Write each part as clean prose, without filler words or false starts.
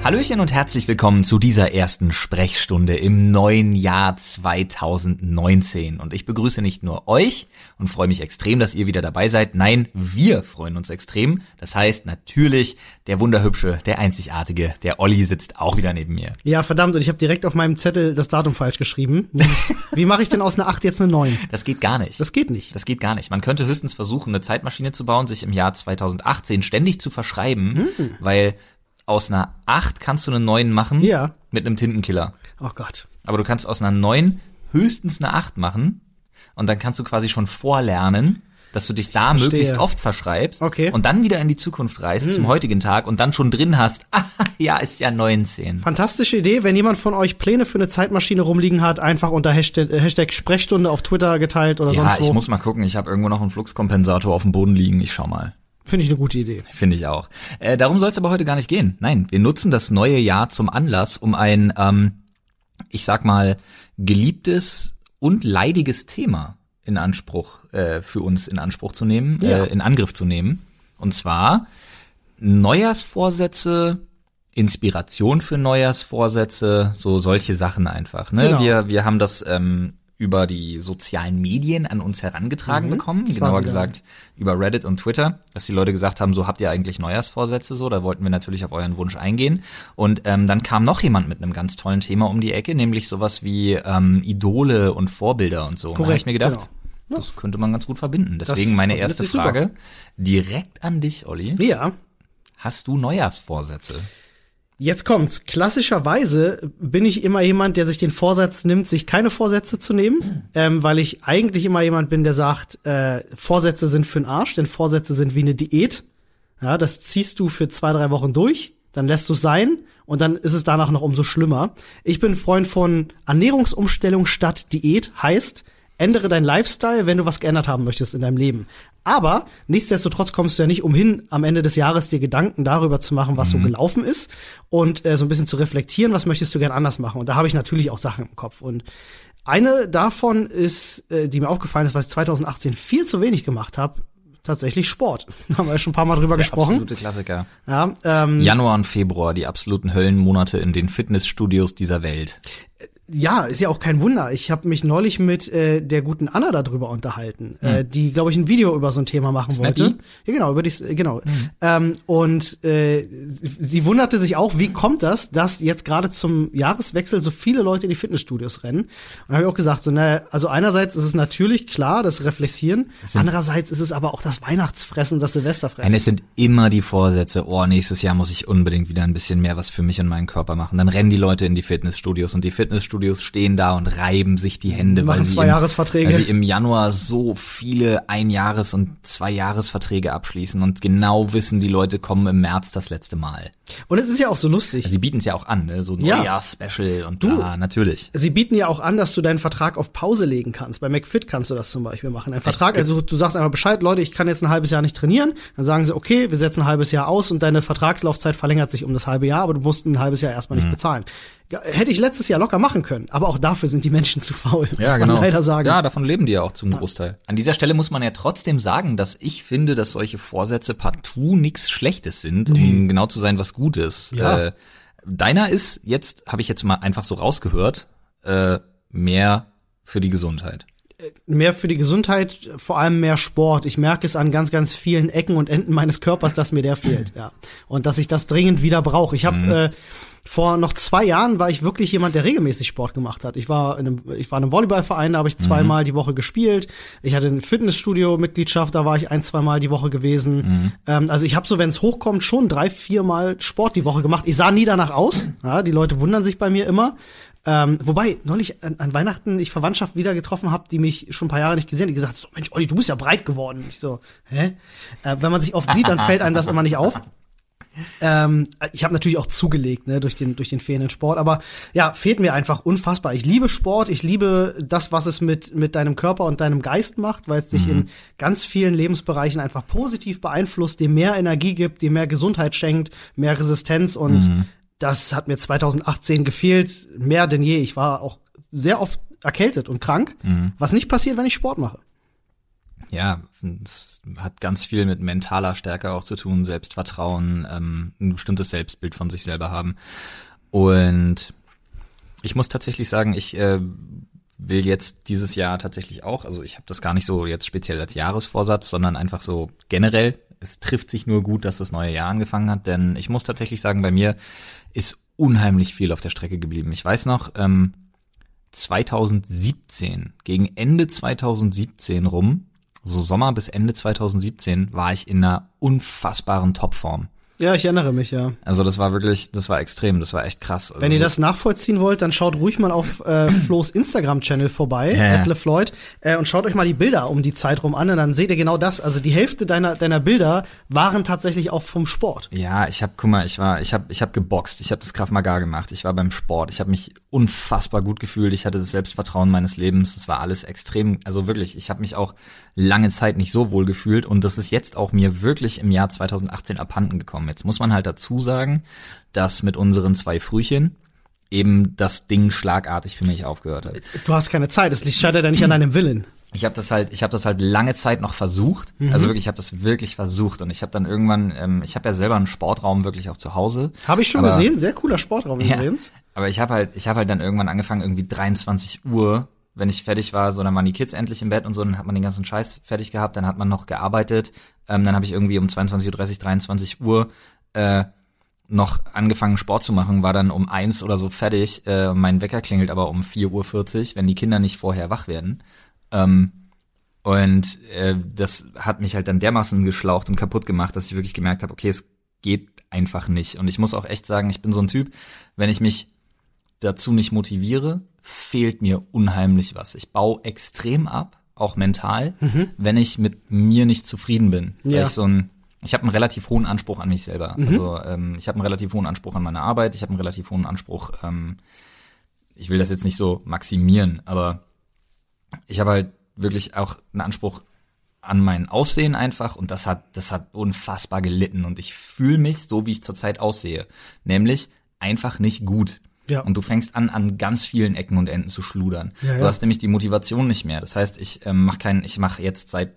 Hallöchen und herzlich willkommen zu dieser ersten Sprechstunde im neuen Jahr 2019. Und ich begrüße nicht nur euch und freue mich extrem, dass ihr wieder dabei seid. Nein, wir freuen uns extrem. Das heißt natürlich, der wunderhübsche, der einzigartige, der Olli sitzt auch wieder neben mir. Ja, verdammt, und ich habe direkt auf meinem Zettel das Datum falsch geschrieben. Wie mache ich denn aus einer 8 jetzt eine 9? Das geht gar nicht. Das geht nicht. Das geht gar nicht. Man könnte höchstens versuchen, eine Zeitmaschine zu bauen, sich im Jahr 2018 ständig zu verschreiben, weil aus einer 8 kannst du eine 9 machen, Ja. Mit einem Tintenkiller. Oh Gott. Aber du kannst aus einer 9 höchstens eine 8 machen und dann kannst du quasi schon vorlernen, dass du dich da möglichst oft verschreibst und dann wieder in die Zukunft reist zum heutigen Tag und dann schon drin hast, ja, ist ja 19. Fantastische Idee. Wenn jemand von euch Pläne für eine Zeitmaschine rumliegen hat, einfach unter Hashtag Sprechstunde auf Twitter geteilt oder sonst wo. Ja, ich muss mal gucken. Ich habe irgendwo noch einen Fluxkompensator auf dem Boden liegen. Ich schau mal. Finde ich eine gute Idee. Finde ich auch. Darum soll es aber heute gar nicht gehen. Nein, wir nutzen das neue Jahr zum Anlass, um ein, ich sag mal, geliebtes und leidiges Thema für uns in Angriff zu nehmen. Und zwar Neujahrsvorsätze, Inspiration für Neujahrsvorsätze, so solche Sachen einfach. Ne? Genau. Wir haben das über die sozialen Medien an uns herangetragen bekommen, genauer gesagt über Reddit und Twitter, dass die Leute gesagt haben, so habt ihr eigentlich Neujahrsvorsätze so, da wollten wir natürlich auf euren Wunsch eingehen und dann kam noch jemand mit einem ganz tollen Thema um die Ecke, nämlich sowas wie Idole und Vorbilder und so. Korrekt, da habe ich mir gedacht, genau. Das könnte man ganz gut verbinden. Deswegen meine erste Frage direkt an dich, Olli. Ja. Hast du Neujahrsvorsätze? Jetzt kommt's. Klassischerweise bin ich immer jemand, der sich den Vorsatz nimmt, sich keine Vorsätze zu nehmen, weil ich eigentlich immer jemand bin, der sagt, Vorsätze sind für'n Arsch, denn Vorsätze sind wie eine Diät. Ja, das ziehst du für 2-3 Wochen durch, dann lässt du es sein und dann ist es danach noch umso schlimmer. Ich bin Freund von Ernährungsumstellung statt Diät, heißt, ändere dein Lifestyle, wenn du was geändert haben möchtest in deinem Leben. Aber nichtsdestotrotz kommst du ja nicht umhin, am Ende des Jahres dir Gedanken darüber zu machen, was so gelaufen ist und so ein bisschen zu reflektieren, was möchtest du gern anders machen. Und da habe ich natürlich auch Sachen im Kopf. Und eine davon ist, die mir aufgefallen ist, was ich 2018 viel zu wenig gemacht habe, tatsächlich Sport. Da haben wir ja schon ein paar Mal drüber gesprochen. Absolute Klassiker. Ja, Januar und Februar, die absoluten Höllenmonate in den Fitnessstudios dieser Welt. Ja, ist ja auch kein Wunder. Ich habe mich neulich mit der guten Anna darüber unterhalten, die, glaube ich, ein Video über so ein Thema machen wollte. Ja, genau, und sie wunderte sich auch, wie kommt das, dass jetzt gerade zum Jahreswechsel so viele Leute in die Fitnessstudios rennen? Und da habe ich auch gesagt, also einerseits ist es natürlich klar, das Reflektieren, andererseits ist es aber auch das Weihnachtsfressen, das Silvesterfressen. Es sind immer die Vorsätze, nächstes Jahr muss ich unbedingt wieder ein bisschen mehr was für mich und meinen Körper machen. Dann rennen die Leute in die Fitnessstudios und die Fitnessstudios stehen da und reiben sich die Hände, weil sie im Januar so viele 1-Jahres- und 2-Jahres-Verträge abschließen und genau wissen, die Leute kommen im März das letzte Mal. Und es ist ja auch so lustig. Also sie bieten es ja auch an, ne? So Neujahrs-Special und natürlich. Sie bieten ja auch an, dass du deinen Vertrag auf Pause legen kannst. Bei McFit kannst du das zum Beispiel machen. Ein Vertrag, also du sagst einfach Bescheid, Leute, ich kann jetzt ein halbes Jahr nicht trainieren. Dann sagen sie, okay, wir setzen ein halbes Jahr aus und deine Vertragslaufzeit verlängert sich um das halbe Jahr, aber du musst ein halbes Jahr erstmal nicht bezahlen. Hätte ich letztes Jahr locker machen können, aber auch dafür sind die Menschen zu faul, muss man leider sagen. Ja, davon leben die ja auch zum Großteil. An dieser Stelle muss man ja trotzdem sagen, dass ich finde, dass solche Vorsätze partout nichts Schlechtes sind, um genau zu sein, was Gutes. Ja. Deiner ist jetzt, habe ich jetzt mal einfach so rausgehört, mehr für die Gesundheit. Mehr für die Gesundheit, vor allem mehr Sport. Ich merke es an ganz, ganz vielen Ecken und Enden meines Körpers, dass mir der fehlt, ja. Und dass ich das dringend wieder brauche. Ich habe vor noch 2 Jahren war ich wirklich jemand, der regelmäßig Sport gemacht hat. Ich war in einem Volleyballverein, da habe ich 2-mal die Woche gespielt. Ich hatte eine Fitnessstudio-Mitgliedschaft, da war ich 1-2 Mal die Woche gewesen. Also ich habe so, wenn es hochkommt, schon 3-4 Mal Sport die Woche gemacht. Ich sah nie danach aus. Ja, die Leute wundern sich bei mir immer. Wobei neulich an Weihnachten ich Verwandtschaft wieder getroffen habe, die mich schon ein paar Jahre nicht gesehen hat, die gesagt hat, so, Mensch, Olli, du bist ja breit geworden. Ich so, hä? Wenn man sich oft sieht, dann fällt einem das immer nicht auf. Ich habe natürlich auch zugelegt, ne, durch den fehlenden Sport, aber ja, fehlt mir einfach unfassbar. Ich liebe Sport, ich liebe das, was es mit deinem Körper und deinem Geist macht, weil es dich in ganz vielen Lebensbereichen einfach positiv beeinflusst, dir mehr Energie gibt, dir mehr Gesundheit schenkt, mehr Resistenz und das hat mir 2018 gefehlt, mehr denn je. Ich war auch sehr oft erkältet und krank, was nicht passiert, wenn ich Sport mache. Ja, es hat ganz viel mit mentaler Stärke auch zu tun, Selbstvertrauen, ein bestimmtes Selbstbild von sich selber haben. Und ich muss tatsächlich sagen, ich will jetzt dieses Jahr tatsächlich auch, also ich habe das gar nicht so jetzt speziell als Jahresvorsatz, sondern einfach so generell. Es trifft sich nur gut, dass das neue Jahr angefangen hat, denn ich muss tatsächlich sagen, bei mir ist unheimlich viel auf der Strecke geblieben. Ich weiß noch, 2017, gegen Ende 2017 rum, so Sommer bis Ende 2017, war ich in einer unfassbaren Topform. Ja, ich erinnere mich, ja. Also das war extrem, das war echt krass. Also wenn ihr das nachvollziehen wollt, dann schaut ruhig mal auf Flo's Instagram-Channel vorbei, @LeFloid, und schaut euch mal die Bilder um die Zeit rum an und dann seht ihr genau das. Also die Hälfte deiner Bilder waren tatsächlich auch vom Sport. Ja, ich hab geboxt, ich habe das Krav Maga gemacht, ich war beim Sport, ich habe mich unfassbar gut gefühlt, ich hatte das Selbstvertrauen meines Lebens, das war alles extrem, also wirklich, ich habe mich auch lange Zeit nicht so wohl gefühlt und das ist jetzt auch mir wirklich im Jahr 2018 abhanden gekommen. Jetzt muss man halt dazu sagen, dass mit unseren 2 Frühchen eben das Ding schlagartig für mich aufgehört hat. Du hast keine Zeit, es scheitert ja nicht an deinem Willen. Ich habe das halt lange Zeit noch versucht. Also wirklich, ich habe das wirklich versucht und ich habe dann irgendwann, ich habe ja selber einen Sportraum wirklich auch zu Hause. Habe ich schon gesehen, sehr cooler Sportraum übrigens. Aber ich habe halt dann irgendwann angefangen, irgendwie 23 Uhr, wenn ich fertig war, so dann waren die Kids endlich im Bett und so, dann hat man den ganzen Scheiß fertig gehabt, dann hat man noch gearbeitet, dann habe ich irgendwie um 22:30 Uhr, 23 Uhr noch angefangen Sport zu machen, war dann um 1 oder so fertig, mein Wecker klingelt aber um 4:40 Uhr, wenn die Kinder nicht vorher wach werden. Das hat mich halt dann dermaßen geschlaucht und kaputt gemacht, dass ich wirklich gemerkt habe, okay, es geht einfach nicht. Und ich muss auch echt sagen, ich bin so ein Typ, wenn ich mich dazu nicht motiviere, fehlt mir unheimlich was. Ich baue extrem ab, auch mental, wenn ich mit mir nicht zufrieden bin. Ja. Weil ich habe einen relativ hohen Anspruch an mich selber. Also ich habe einen relativ hohen Anspruch an meine Arbeit, ich habe einen relativ hohen Anspruch, ich will das jetzt nicht so maximieren, aber ich habe halt wirklich auch einen Anspruch an mein Aussehen einfach und das hat unfassbar gelitten und ich fühle mich so, wie ich zurzeit aussehe, nämlich einfach nicht gut. Ja. Und du fängst an ganz vielen Ecken und Enden zu schludern. Ja. Du hast nämlich die Motivation nicht mehr. Das heißt, ich mache jetzt seit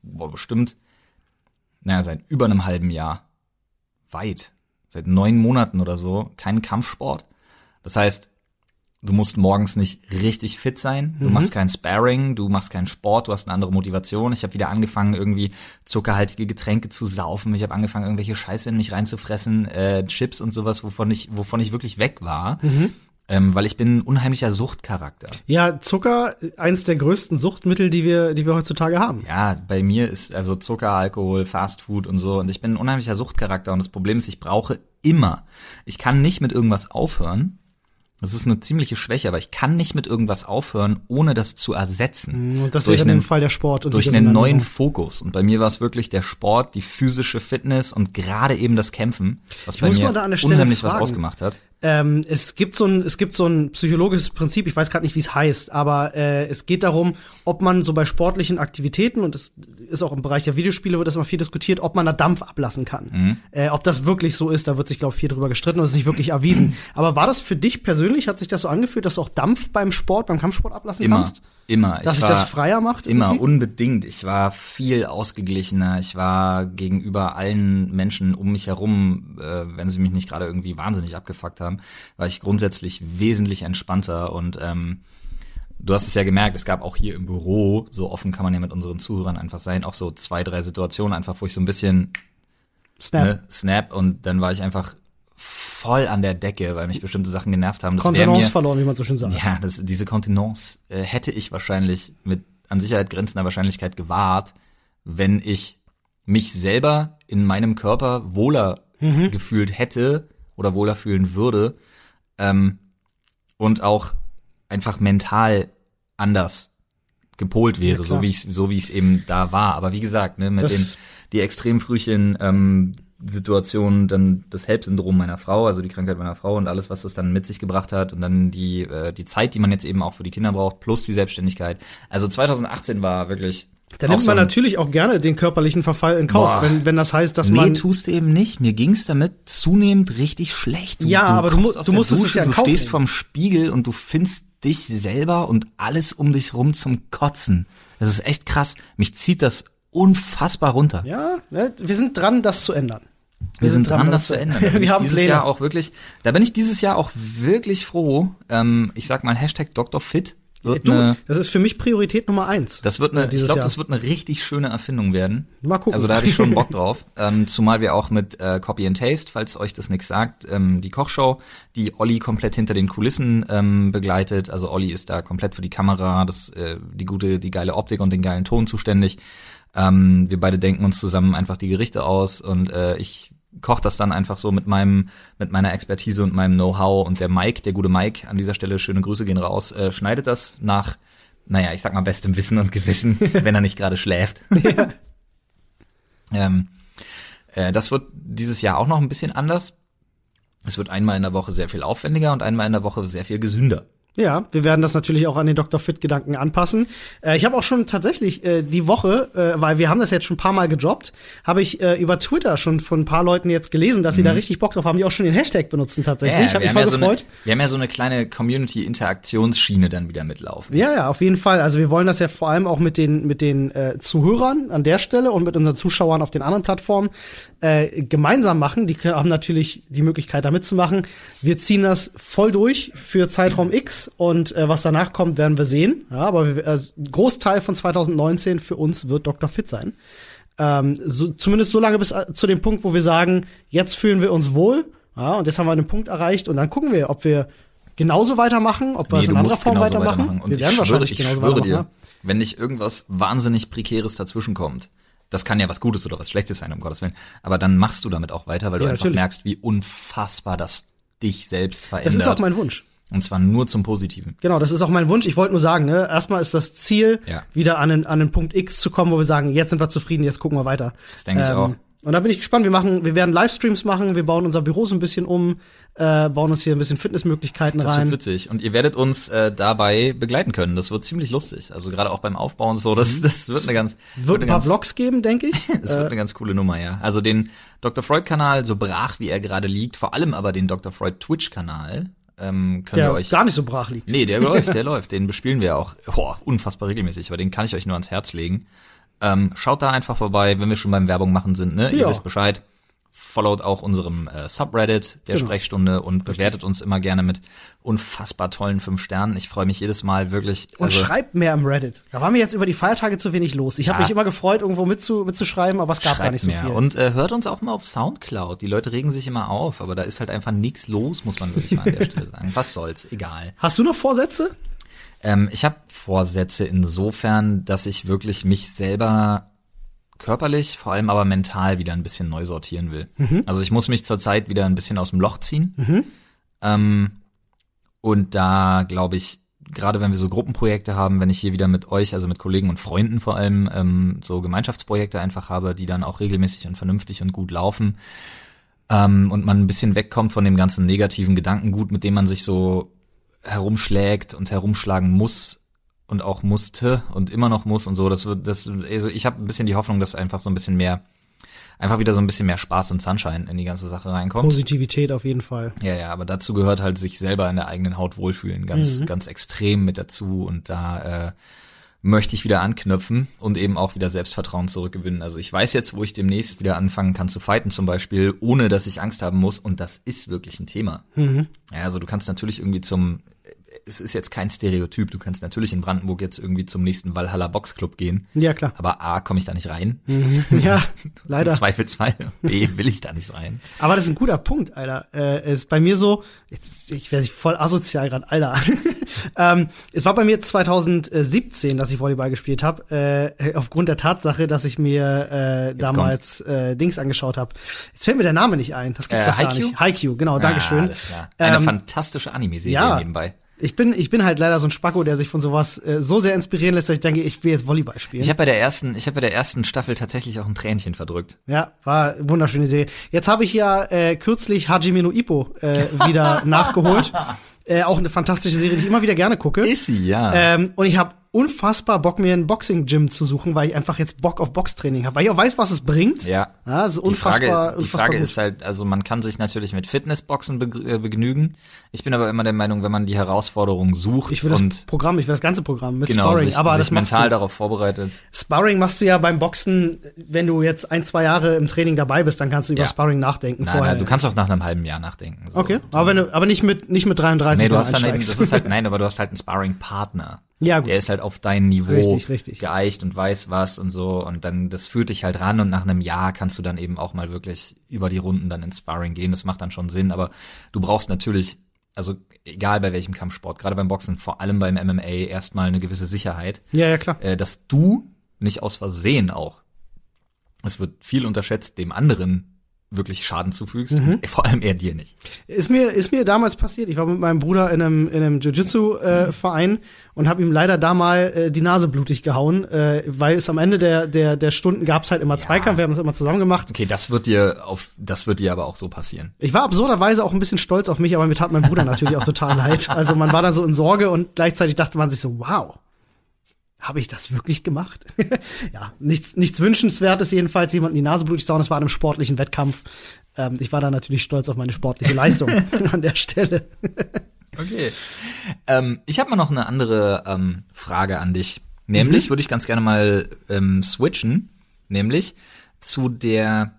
über einem halben Jahr, seit 9 Monaten oder so, keinen Kampfsport. Das heißt, du musst morgens nicht richtig fit sein, du machst kein Sparring, du machst keinen Sport, du hast eine andere Motivation. Ich habe wieder angefangen, irgendwie zuckerhaltige Getränke zu saufen. Ich habe angefangen, irgendwelche Scheiße in mich reinzufressen, Chips und sowas, wovon ich wirklich weg war. Weil ich bin ein unheimlicher Suchtcharakter. Ja, Zucker, eins der größten Suchtmittel, die wir heutzutage haben. Ja, bei mir ist also Zucker, Alkohol, Fastfood und so und ich bin ein unheimlicher Suchtcharakter und das Problem ist, ich brauche immer. Ich kann nicht mit irgendwas aufhören. Das ist eine ziemliche Schwäche, aber ich kann nicht mit irgendwas aufhören, ohne das zu ersetzen. Und das wäre in dem Fall der Sport. Und durch einen neuen Fokus. Und bei mir war es wirklich der Sport, die physische Fitness und gerade eben das Kämpfen, was bei mir unheimlich was ausgemacht hat. Es gibt so ein psychologisches Prinzip, ich weiß gerade nicht, wie es heißt, aber es geht darum, ob man so bei sportlichen Aktivitäten, und das ist auch im Bereich der Videospiele, wird das immer viel diskutiert, ob man da Dampf ablassen kann. Ob das wirklich so ist, da wird sich, glaube ich, viel drüber gestritten und es ist nicht wirklich erwiesen. Aber war das für dich persönlich, hat sich das so angefühlt, dass du auch Dampf beim Kampfsport ablassen kannst? Immer. Dass sich das freier macht? Immer, irgendwie? unbedingt. Ich war viel ausgeglichener. Ich war gegenüber allen Menschen um mich herum, wenn sie mich nicht gerade irgendwie wahnsinnig abgefuckt haben, war ich grundsätzlich wesentlich entspannter. Und du hast es ja gemerkt, es gab auch hier im Büro, so offen kann man ja mit unseren Zuhörern einfach sein, auch so 2, 3 Situationen einfach, wo ich so ein bisschen Snap und dann war ich einfach voll an der Decke, weil mich bestimmte Sachen genervt haben. Kontenance verloren, wie man so schön sagt. Ja, diese Kontenance hätte ich wahrscheinlich mit an Sicherheit grenzender Wahrscheinlichkeit gewahrt, wenn ich mich selber in meinem Körper wohler gefühlt hätte oder wohler fühlen würde und auch einfach mental anders gepolt wäre, so wie ich es eben da war. Aber wie gesagt, ne, mit die Extremfrühchen Situation, dann das HELLP-Syndrom meiner Frau, also die Krankheit meiner Frau und alles, was das dann mit sich gebracht hat und dann die Zeit, die man jetzt eben auch für die Kinder braucht, plus die Selbstständigkeit. Also 2018 war wirklich. Da nimmt man natürlich auch gerne den körperlichen Verfall in Kauf, wenn das heißt, dass man. Nee, tust du eben nicht. Mir ging's damit zunehmend richtig schlecht. Aber du musst es ja in Kauf Du stehst nehmen. vorm Spiegel und du findest dich selber und alles um dich rum zum Kotzen. Das ist echt krass. Mich zieht das unfassbar runter. Ja, wir sind dran, das zu ändern. Wir sind dran, das zu ändern. Wir haben dieses Jahr auch wirklich, da bin ich dieses Jahr auch wirklich froh. Ich sag mal Hashtag Dr. Fit. Das ist für mich Priorität Nummer 1. Das wird ich glaube, das wird eine richtig schöne Erfindung werden. Mal gucken. Also da habe ich schon Bock drauf. Zumal wir auch mit Copy and Taste, falls euch das nichts sagt, die Kochshow, die Olli komplett hinter den Kulissen begleitet. Also Olli ist da komplett für die Kamera, die geile Optik und den geilen Ton zuständig. Wir beide denken uns zusammen einfach die Gerichte aus und ich koche das dann einfach so mit meiner Expertise und meinem Know-how, und der gute Mike, an dieser Stelle schöne Grüße gehen raus, schneidet das nach, ich sag mal bestem Wissen und Gewissen, wenn er nicht gerade schläft. Ja. Das wird dieses Jahr auch noch ein bisschen anders. Es wird einmal in der Woche sehr viel aufwendiger und einmal in der Woche sehr viel gesünder. Ja, wir werden das natürlich auch an den Dr. Fit-Gedanken anpassen. Ich habe auch schon tatsächlich die Woche, weil wir haben das jetzt schon ein paar Mal gedroppt, habe ich über Twitter schon von ein paar Leuten jetzt gelesen, dass sie da richtig Bock drauf haben, die auch schon den Hashtag benutzen tatsächlich. Ich habe mich voll gefreut. Wir haben ja so eine kleine Community-Interaktionsschiene dann wieder mitlaufen. Ja, auf jeden Fall. Also wir wollen das ja vor allem auch mit den Zuhörern an der Stelle und mit unseren Zuschauern auf den anderen Plattformen gemeinsam machen. Die haben natürlich die Möglichkeit, da mitzumachen. Wir ziehen das voll durch für Zeitraum X. Und was danach kommt, werden wir sehen. Ja, aber Großteil von 2019 für uns wird Dr. Fit sein. Zumindest so lange bis zu dem Punkt, wo wir sagen, jetzt fühlen wir uns wohl. Ja, und jetzt haben wir einen Punkt erreicht. Und dann gucken wir, ob wir genauso weitermachen, ob wir es in anderer Form weitermachen. Und wir werden wahrscheinlich genauso weitermachen. Dir, wenn nicht irgendwas wahnsinnig Prekäres dazwischen kommt, das kann ja was Gutes oder was Schlechtes sein, um Gottes Willen, aber dann machst du damit auch weiter, weil du einfach merkst, wie unfassbar das dich selbst verändert. Das ist auch mein Wunsch. Und zwar nur zum Positiven. Genau, das ist auch mein Wunsch. Ich wollte nur sagen, ne, erstmal ist das Ziel, wieder an den Punkt X zu kommen, wo wir sagen, jetzt sind wir zufrieden, jetzt gucken wir weiter. Das denke ich auch. Und da bin ich gespannt. Wir werden Livestreams machen, wir bauen unser Büro so ein bisschen um, bauen uns hier ein bisschen Fitnessmöglichkeiten rein. Das wird witzig. Und ihr werdet uns dabei begleiten können. Das wird ziemlich lustig. Also gerade auch beim Aufbauen und so, das wird eine ganz... Wird ein paar Vlogs geben, denke ich. Es wird eine ganz coole Nummer, ja. Also den Dr. Freud-Kanal, so brach wie er gerade liegt, vor allem aber den Dr. Freud Twitch-Kanal, der gar nicht so brach liegt. Nee, der läuft. Den bespielen wir auch unfassbar regelmäßig, aber den kann ich euch nur ans Herz legen. Schaut da einfach vorbei, wenn wir schon beim Werbung machen sind, ne? Ihr wisst Bescheid. Followt auch unserem Subreddit der Sprechstunde und bewertet uns immer gerne mit unfassbar tollen 5 Sternen. Ich freue mich jedes Mal wirklich. Und schreibt mehr im Reddit. Da war mir jetzt über die Feiertage zu wenig los. Ich habe mich immer gefreut, irgendwo mitzuschreiben, aber es gab gar nicht so viel. Und hört uns auch mal auf Soundcloud. Die Leute regen sich immer auf, aber da ist halt einfach nichts los, muss man wirklich mal an der Stelle sagen. Was soll's, egal. Hast du noch Vorsätze? Ich habe Vorsätze insofern, dass ich wirklich mich selber körperlich, vor allem aber mental wieder ein bisschen neu sortieren will. Also ich muss mich zurzeit wieder ein bisschen aus dem Loch ziehen. Und da glaube ich, gerade wenn wir so Gruppenprojekte haben, wenn ich hier wieder mit euch, also mit Kollegen und Freunden vor allem, so Gemeinschaftsprojekte einfach habe, die dann auch regelmäßig und vernünftig und gut laufen, und man ein bisschen wegkommt von dem ganzen negativen Gedankengut, mit dem man sich so herumschlägt und herumschlagen muss und auch musste und immer noch muss und so. Also ich habe ein bisschen die Hoffnung, dass einfach wieder so ein bisschen mehr Spaß und Sunshine in die ganze Sache reinkommt. Positivität auf jeden Fall. Ja, aber dazu gehört halt sich selber in der eigenen Haut wohlfühlen, ganz extrem mit dazu, und da möchte ich wieder anknüpfen und eben auch wieder Selbstvertrauen zurückgewinnen. Also ich weiß jetzt, wo ich demnächst wieder anfangen kann zu fighten zum Beispiel, ohne dass ich Angst haben muss, und das ist wirklich ein Thema. Ja, also du kannst natürlich irgendwie es ist jetzt kein Stereotyp, du kannst natürlich in Brandenburg jetzt irgendwie zum nächsten Valhalla Boxclub gehen. Ja, klar. Aber A, komme ich da nicht rein. Ja, leider. Im Zweifelsfall. B, will ich da nicht rein. Aber das ist ein guter Punkt, Alter. Ist bei mir so, ich werde voll asozial gerade, Alter. Es war bei mir 2017, dass ich Volleyball gespielt habe, aufgrund der Tatsache, dass ich mir damals Dings angeschaut habe. Jetzt fällt mir der Name nicht ein. Das gibt's doch gar nicht. Haikyuu, genau, Dankeschön. Alles klar. Eine fantastische Anime-Serie nebenbei. Ich bin halt leider so ein Spacko, der sich von sowas so sehr inspirieren lässt, dass ich denke, ich will jetzt Volleyball spielen. Ich habe bei der ersten Staffel tatsächlich auch ein Tränchen verdrückt. Ja, war eine wunderschöne Serie. Jetzt habe ich ja kürzlich Hajime no Ippo wieder nachgeholt. Auch eine fantastische Serie, die ich immer wieder gerne gucke. Ist sie, ja. Und ich habe unfassbar Bock, mir ein Boxing-Gym zu suchen, weil ich einfach jetzt Bock auf Boxtraining habe, weil ich auch weiß, was es bringt. Ja. Es ist unfassbar. Die Frage ist halt, also man kann sich natürlich mit Fitnessboxen begnügen. Ich bin aber immer der Meinung, wenn man die Herausforderung sucht. Ich will das ganze Programm mit genau, Sparring. Aber sich das machst mental du. darauf vorbereitet. Sparring machst du ja beim Boxen, wenn du jetzt 1-2 Jahre im Training dabei bist, dann kannst du über Sparring nachdenken vorher. Nein, du kannst auch nach einem halben Jahr nachdenken. So. Okay, aber nicht mit 33 Nee, du hast dann eben, einsteigst. das ist halt, nein, aber du hast halt einen Sparring-Partner. Ja, gut. Der ist halt auf dein Niveau Richtig. geeicht und weiß was und so und dann, das führt dich halt ran und nach einem Jahr kannst du dann eben auch mal wirklich über die Runden dann ins Sparring gehen, das macht dann schon Sinn, aber du brauchst natürlich, also egal bei welchem Kampfsport, gerade beim Boxen, vor allem beim MMA erstmal eine gewisse Sicherheit. Ja, klar. Dass du nicht aus Versehen auch, es wird viel unterschätzt, dem anderen wirklich Schaden zufügst, und vor allem er dir nicht. Ist mir damals passiert. Ich war mit meinem Bruder in einem Jiu-Jitsu-Verein und habe ihm leider da mal die Nase blutig gehauen, weil es am Ende der Stunden gab's halt immer Zweikampf, wir haben es immer zusammen gemacht. Okay, das wird dir aber auch so passieren. Ich war absurderweise auch ein bisschen stolz auf mich, aber mir tat mein Bruder natürlich auch total leid. Also man war dann so in Sorge und gleichzeitig dachte man sich so, wow. Habe ich das wirklich gemacht? Ja, nichts Wünschenswertes jedenfalls, jemanden die Nase blutig zu hauen. Das war an einem sportlichen Wettkampf. Ich war da natürlich stolz auf meine sportliche Leistung an der Stelle. Okay. Ich habe mal noch eine andere Frage an dich. Nämlich würde ich ganz gerne mal switchen. Nämlich zu der,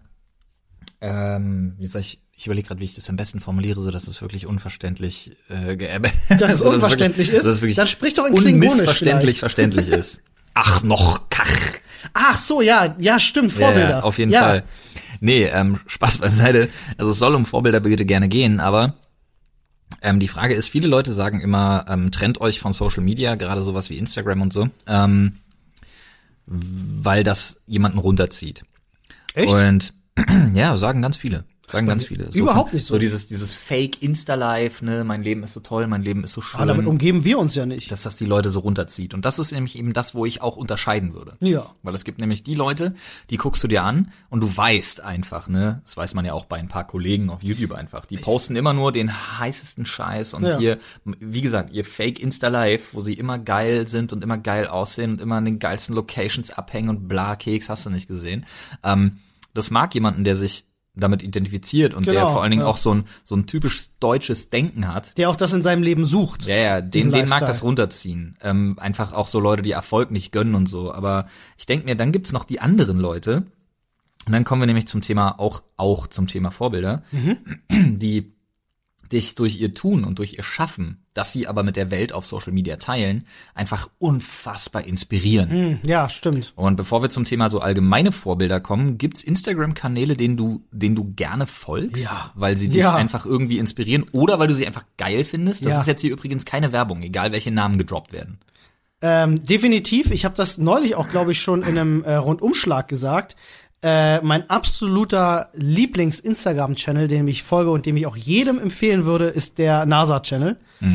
ich überlege gerade, wie ich das am besten formuliere, so dass es wirklich unverständlich dass es unverständlich ist? Dann sprich doch in Klingonisch unmissverständlich verständlich ist. Ach, noch Kach. Ach so, ja, stimmt, Vorbilder. Ja, auf jeden Fall. Nee, Spaß beiseite. Also es soll um Vorbilder bitte gerne gehen, aber die Frage ist, viele Leute sagen immer, trennt euch von Social Media, gerade sowas wie Instagram und so, weil das jemanden runterzieht. Echt? Und ja, sagen ganz viele. Ganz viele. Überhaupt nicht so. So dieses Fake Insta-Life, ne, mein Leben ist so toll, mein Leben ist so schön. Aber damit umgeben wir uns ja nicht. Dass das die Leute so runterzieht. Und das ist nämlich eben das, wo ich auch unterscheiden würde. Ja. Weil es gibt nämlich die Leute, die guckst du dir an und du weißt einfach, ne, das weiß man ja auch bei ein paar Kollegen auf YouTube einfach, die posten immer nur den heißesten Scheiß und hier, wie gesagt, ihr Fake Insta-Life, wo sie immer geil sind und immer geil aussehen und immer an den geilsten Locations abhängen und bla, Keks hast du nicht gesehen. Das mag jemanden, der sich damit identifiziert und der vor allen Dingen auch so ein typisch deutsches Denken hat. Der auch das in seinem Leben sucht. Ja, den mag das runterziehen. Einfach auch so Leute, die Erfolg nicht gönnen und so. Aber ich denke mir, dann gibt's noch die anderen Leute. Und dann kommen wir nämlich zum Thema, auch zum Thema Vorbilder, die dich durch ihr Tun und durch ihr Schaffen, das sie aber mit der Welt auf Social Media teilen, einfach unfassbar inspirieren. Ja, stimmt. Und bevor wir zum Thema so allgemeine Vorbilder kommen, gibt's Instagram-Kanäle, denen du gerne folgst, weil sie dich einfach irgendwie inspirieren oder weil du sie einfach geil findest? Das ist jetzt hier übrigens keine Werbung, egal welche Namen gedroppt werden. Definitiv. Ich habe das neulich auch, glaube ich, schon in einem Rundumschlag gesagt. Mein absoluter Lieblings-Instagram-Channel, dem ich folge und dem ich auch jedem empfehlen würde, ist der NASA-Channel.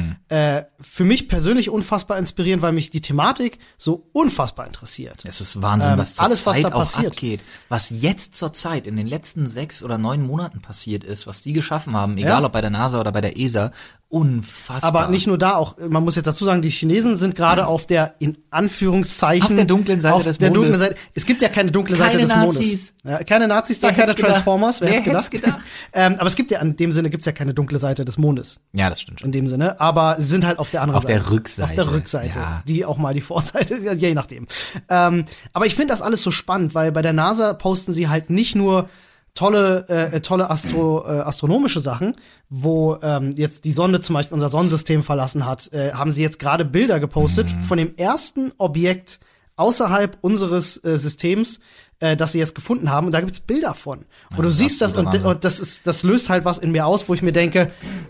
Für mich persönlich unfassbar inspirierend, weil mich die Thematik so unfassbar interessiert. Es ist Wahnsinn, was zur alles, was Zeit da auch passiert. abgeht. Was jetzt zur Zeit in den letzten 6 oder 9 Monaten passiert ist, was die geschaffen haben, egal ob bei der NASA oder bei der ESA, unfassbar. Aber nicht nur da, auch, man muss jetzt dazu sagen, die Chinesen sind gerade auf der, in Anführungszeichen, auf der dunklen Seite des Mondes. Es gibt ja keine dunkle Seite des Mondes. Ja, keine Nazis da, keine Transformers, wer hätte gedacht? Aber es gibt ja, in dem Sinne gibt's ja keine dunkle Seite des Mondes. Ja, das stimmt schon. In dem Sinne, aber sie sind halt auf der anderen Seite. Auf der Rückseite. Auf der Rückseite, die auch mal die Vorseite ist, ja, je nachdem. Aber ich finde das alles so spannend, weil bei der NASA posten sie halt nicht nur tolle astronomische Sachen, wo jetzt die Sonde zum Beispiel unser Sonnensystem verlassen hat, haben sie jetzt gerade Bilder gepostet von dem ersten Objekt außerhalb unseres Systems, das sie jetzt gefunden haben. Und da gibt's Bilder von. Und du siehst das und das löst halt was in mir aus, wo ich mir denke,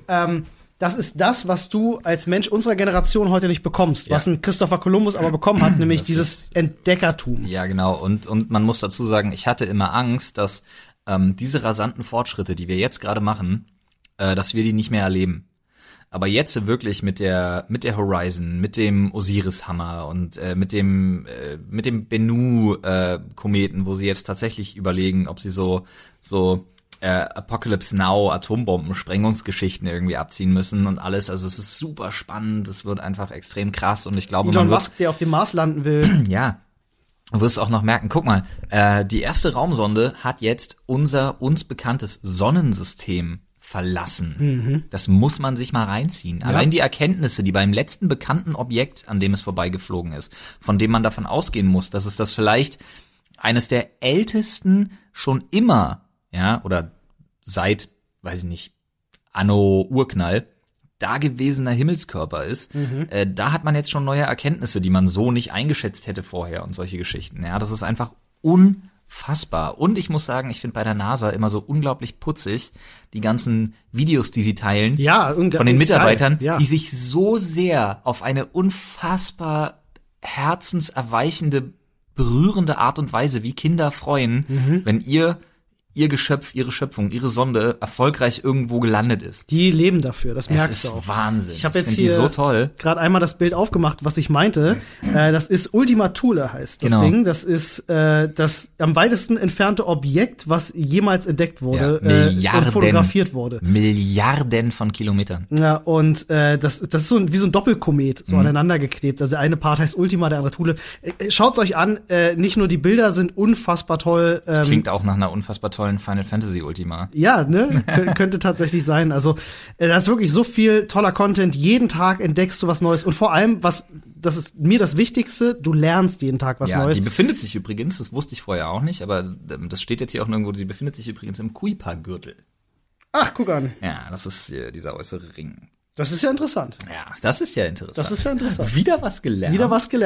das ist das, was du als Mensch unserer Generation heute nicht bekommst, was ein Christopher Columbus aber bekommen hat, nämlich dieses Entdeckertum. Ja, genau. Und man muss dazu sagen, ich hatte immer Angst, dass diese rasanten Fortschritte, die wir jetzt gerade machen, dass wir die nicht mehr erleben. Aber jetzt wirklich mit der Horizon, mit dem Osiris-Hammer und mit dem Bennu-Kometen, wo sie jetzt tatsächlich überlegen, ob sie so Apocalypse Now, Atombomben, Sprengungsgeschichten irgendwie abziehen müssen und alles. Also es ist super spannend, es wird einfach extrem krass und ich glaube, Elon Musk, der auf dem Mars landen will. Ja, du wirst auch noch merken, guck mal, die erste Raumsonde hat jetzt unser uns bekanntes Sonnensystem verlassen. Das muss man sich mal reinziehen. Ja. Allein die Erkenntnisse, die beim letzten bekannten Objekt, an dem es vorbeigeflogen ist, von dem man davon ausgehen muss, dass es das vielleicht eines der ältesten schon immer, ja, oder seit, weiß ich nicht, Anno Urknall, dagewesener Himmelskörper ist, da hat man jetzt schon neue Erkenntnisse, die man so nicht eingeschätzt hätte vorher und solche Geschichten. Ja, das ist einfach unfassbar. Und ich muss sagen, ich finde bei der NASA immer so unglaublich putzig, die ganzen Videos, die sie teilen, von den Mitarbeitern, die sich so sehr auf eine unfassbar herzenserweichende, berührende Art und Weise wie Kinder freuen, wenn ihr Geschöpf, ihre Schöpfung, ihre Sonde erfolgreich irgendwo gelandet ist. Die leben dafür, das merkst du auch. Das ist Wahnsinn. Ich habe jetzt hier so toll. Gerade einmal das Bild aufgemacht, was ich meinte. Das ist Ultima Thule heißt das Ding. Das ist das am weitesten entfernte Objekt, was jemals entdeckt wurde und fotografiert wurde. Milliarden von Kilometern. Ja, und das ist so wie so ein Doppelkomet, so aneinander geklebt. Also der eine Part heißt Ultima, der andere Thule. Schaut's euch an, nicht nur die Bilder sind unfassbar toll. Das klingt auch nach einer unfassbar tollen Final Fantasy Ultima. Ja, ne? Könnte tatsächlich sein. Also, da ist wirklich so viel toller Content. Jeden Tag entdeckst du was Neues. Und vor allem, das ist mir das Wichtigste, du lernst jeden Tag was Neues. Die befindet sich übrigens, das wusste ich vorher auch nicht, aber das steht jetzt hier auch nirgendwo, sie befindet sich übrigens im Kuiper-Gürtel. Ach, guck an. Ja, das ist dieser äußere Ring. Das ist ja interessant. Ja, das ist ja interessant. Wieder was gelernt.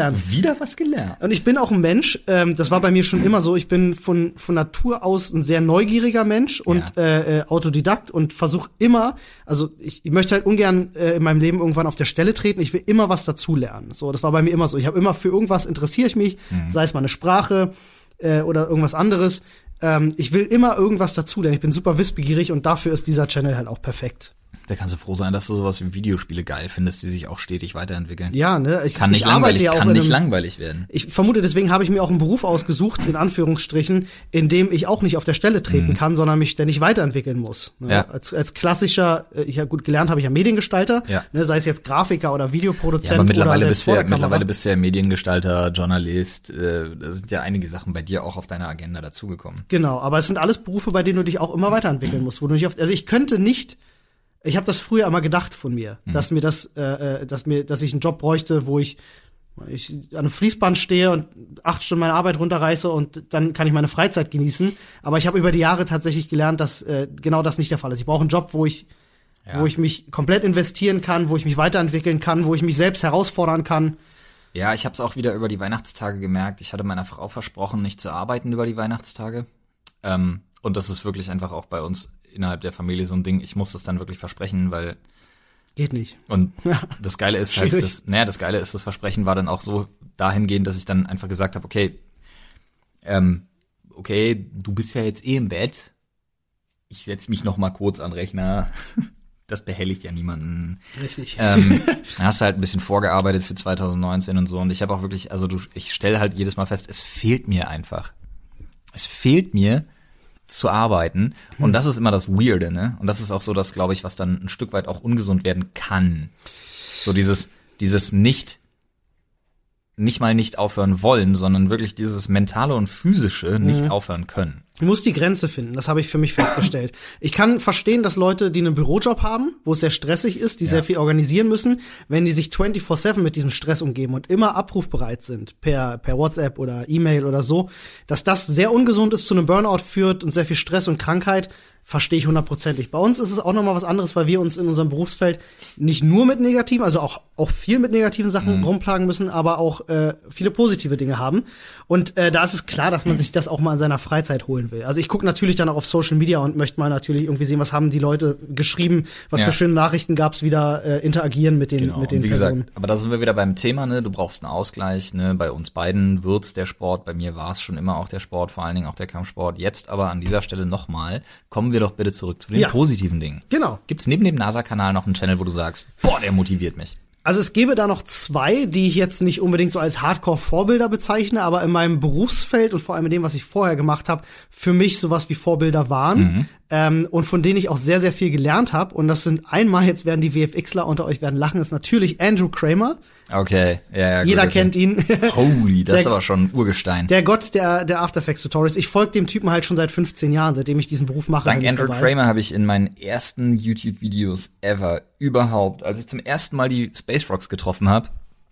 Und ich bin auch ein Mensch, das war bei mir schon immer so, ich bin von Natur aus ein sehr neugieriger Mensch und Autodidakt und versuche immer, also ich möchte halt ungern in meinem Leben irgendwann auf der Stelle treten, ich will immer was dazulernen. So, das war bei mir immer so. Ich habe immer für irgendwas interessiere ich mich, sei es mal eine Sprache oder irgendwas anderes. Ich will immer irgendwas dazulernen. Ich bin super wissbegierig und dafür ist dieser Channel halt auch perfekt. Da kannst du froh sein, dass du sowas wie Videospiele geil findest, die sich auch stetig weiterentwickeln. Ja, ne? Kann nicht langweilig werden. Ich vermute, deswegen habe ich mir auch einen Beruf ausgesucht, in Anführungsstrichen, in dem ich auch nicht auf der Stelle treten kann, sondern mich ständig weiterentwickeln muss. Ne? Ja. Als klassischer, gelernt habe ich ja Mediengestalter, ne? Sei es jetzt Grafiker oder Videoproduzent aber oder mittlerweile bist du ja Mediengestalter, Journalist, da sind ja einige Sachen bei dir auch auf deiner Agenda dazugekommen. Genau, aber es sind alles Berufe, bei denen du dich auch immer weiterentwickeln musst, wo du nicht ich könnte nicht. Ich habe das früher immer gedacht von mir, dass ich einen Job bräuchte, wo ich an einem Fließband stehe und 8 Stunden meine Arbeit runterreiße und dann kann ich meine Freizeit genießen. Aber ich habe über die Jahre tatsächlich gelernt, dass genau das nicht der Fall ist. Ich brauche einen Job, wo ich mich komplett investieren kann, wo ich mich weiterentwickeln kann, wo ich mich selbst herausfordern kann. Ja, ich habe es auch wieder über die Weihnachtstage gemerkt. Ich hatte meiner Frau versprochen, nicht zu arbeiten über die Weihnachtstage. Und das ist wirklich einfach auch bei uns innerhalb der Familie so ein Ding, ich muss das dann wirklich versprechen, weil geht nicht. Und das Geile ist halt, das Versprechen war dann auch so dahingehend, dass ich dann einfach gesagt habe, okay, du bist ja jetzt im Bett, ich setz mich noch mal kurz an den Rechner, das behelligt ja niemanden. Richtig. Hast halt ein bisschen vorgearbeitet für 2019 und so und ich habe auch wirklich, ich stelle halt jedes Mal fest, es fehlt mir einfach. Es fehlt mir zu arbeiten. Und das ist immer das Weirde, ne? Und das ist auch so das, glaube ich, was dann ein Stück weit auch ungesund werden kann. So dieses nicht mal nicht aufhören wollen, sondern wirklich dieses mentale und physische nicht aufhören können. Du musst die Grenze finden, das habe ich für mich festgestellt. Ich kann verstehen, dass Leute, die einen Bürojob haben, wo es sehr stressig ist, die sehr viel organisieren müssen, wenn die sich 24/7 mit diesem Stress umgeben und immer abrufbereit sind, per WhatsApp oder E-Mail oder so, dass das sehr ungesund ist, zu einem Burnout führt und sehr viel Stress und Krankheit, verstehe ich 100%. Bei uns ist es auch nochmal was anderes, weil wir uns in unserem Berufsfeld nicht nur mit negativen, also auch viel mit negativen Sachen rumplagen müssen, aber auch viele positive Dinge haben. Und da ist es klar, dass man sich das auch mal in seiner Freizeit holen will. Also ich gucke natürlich dann auch auf Social Media und möchte mal natürlich irgendwie sehen, was haben die Leute geschrieben, was für schöne Nachrichten gab's, wieder interagieren mit den Personen. Gesagt, aber da sind wir wieder beim Thema, ne? Du brauchst einen Ausgleich, ne? Bei uns beiden wird's der Sport, bei mir war es schon immer auch der Sport, vor allen Dingen auch der Kampfsport. Jetzt aber an dieser Stelle nochmal, kommen wir doch bitte zurück zu den positiven Dingen. Genau. Gibt's neben dem NASA-Kanal noch einen Channel, wo du sagst, boah, der motiviert mich? Also es gäbe da noch zwei, die ich jetzt nicht unbedingt so als Hardcore-Vorbilder bezeichne, aber in meinem Berufsfeld und vor allem in dem, was ich vorher gemacht habe, für mich sowas wie Vorbilder waren. Und von denen ich auch sehr, sehr viel gelernt habe. Und das sind einmal, jetzt werden die VFXler unter euch werden lachen, ist natürlich Andrew Kramer. Okay, ja. Jeder kennt ihn. Holy, das ist aber schon ein Urgestein. Der Gott der After Effects Tutorials. Ich folge dem Typen halt schon seit 15 Jahren, seitdem ich diesen Beruf mache. Dank Andrew Kramer habe ich in meinen ersten YouTube-Videos ever überhaupt, als ich zum ersten Mal die Space Rocks getroffen habe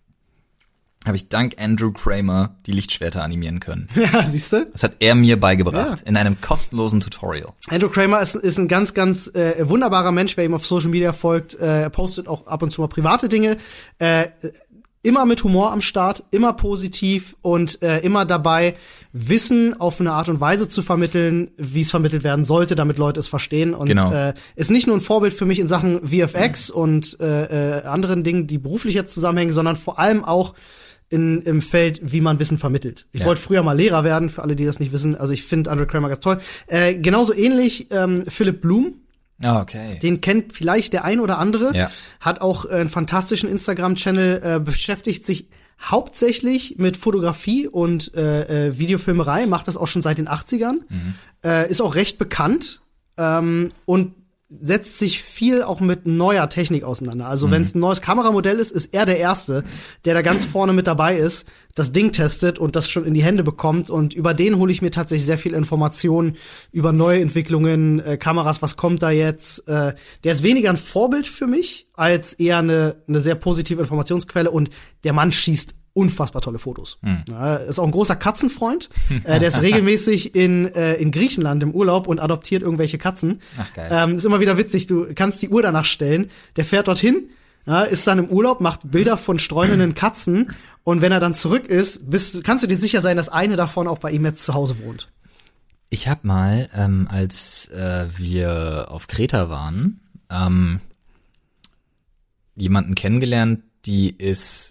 ich dank Andrew Kramer die Lichtschwerter animieren können. Ja, siehst du? Das hat er mir beigebracht, in einem kostenlosen Tutorial. Andrew Kramer ist ein ganz, ganz wunderbarer Mensch, wer ihm auf Social Media folgt. Er postet auch ab und zu mal private Dinge. Immer mit Humor am Start, immer positiv und immer dabei, Wissen auf eine Art und Weise zu vermitteln, wie es vermittelt werden sollte, damit Leute es verstehen. Und ist nicht nur ein Vorbild für mich in Sachen VFX und anderen Dingen, die beruflich jetzt zusammenhängen, sondern vor allem auch im Feld, wie man Wissen vermittelt. Ich wollte früher mal Lehrer werden, für alle, die das nicht wissen. Also ich finde Andrew Kramer ganz toll. Genauso ähnlich Philipp Blum. Okay. Den kennt vielleicht der ein oder andere. Ja. Hat auch einen fantastischen Instagram-Channel, beschäftigt sich hauptsächlich mit Fotografie und Videofilmerei, macht das auch schon seit den 80ern. Ist auch recht bekannt und setzt sich viel auch mit neuer Technik auseinander. Also wenn es ein neues Kameramodell ist er der Erste, der da ganz vorne mit dabei ist, das Ding testet und das schon in die Hände bekommt. Und über den hole ich mir tatsächlich sehr viel Informationen über neue Entwicklungen, Kameras, was kommt da jetzt. Der ist weniger ein Vorbild für mich, als eher eine sehr positive Informationsquelle. Und der Mann schießt unfassbar tolle Fotos. Ja, ist auch ein großer Katzenfreund. Der ist regelmäßig in Griechenland im Urlaub und adoptiert irgendwelche Katzen. Ach, geil. Ist immer wieder witzig. Du kannst die Uhr danach stellen. Der fährt dorthin, ist dann im Urlaub, macht Bilder von streunenden Katzen. Und wenn er dann zurück ist, kannst du dir sicher sein, dass eine davon auch bei ihm jetzt zu Hause wohnt. Ich habe mal, als wir auf Kreta waren, jemanden kennengelernt, die ist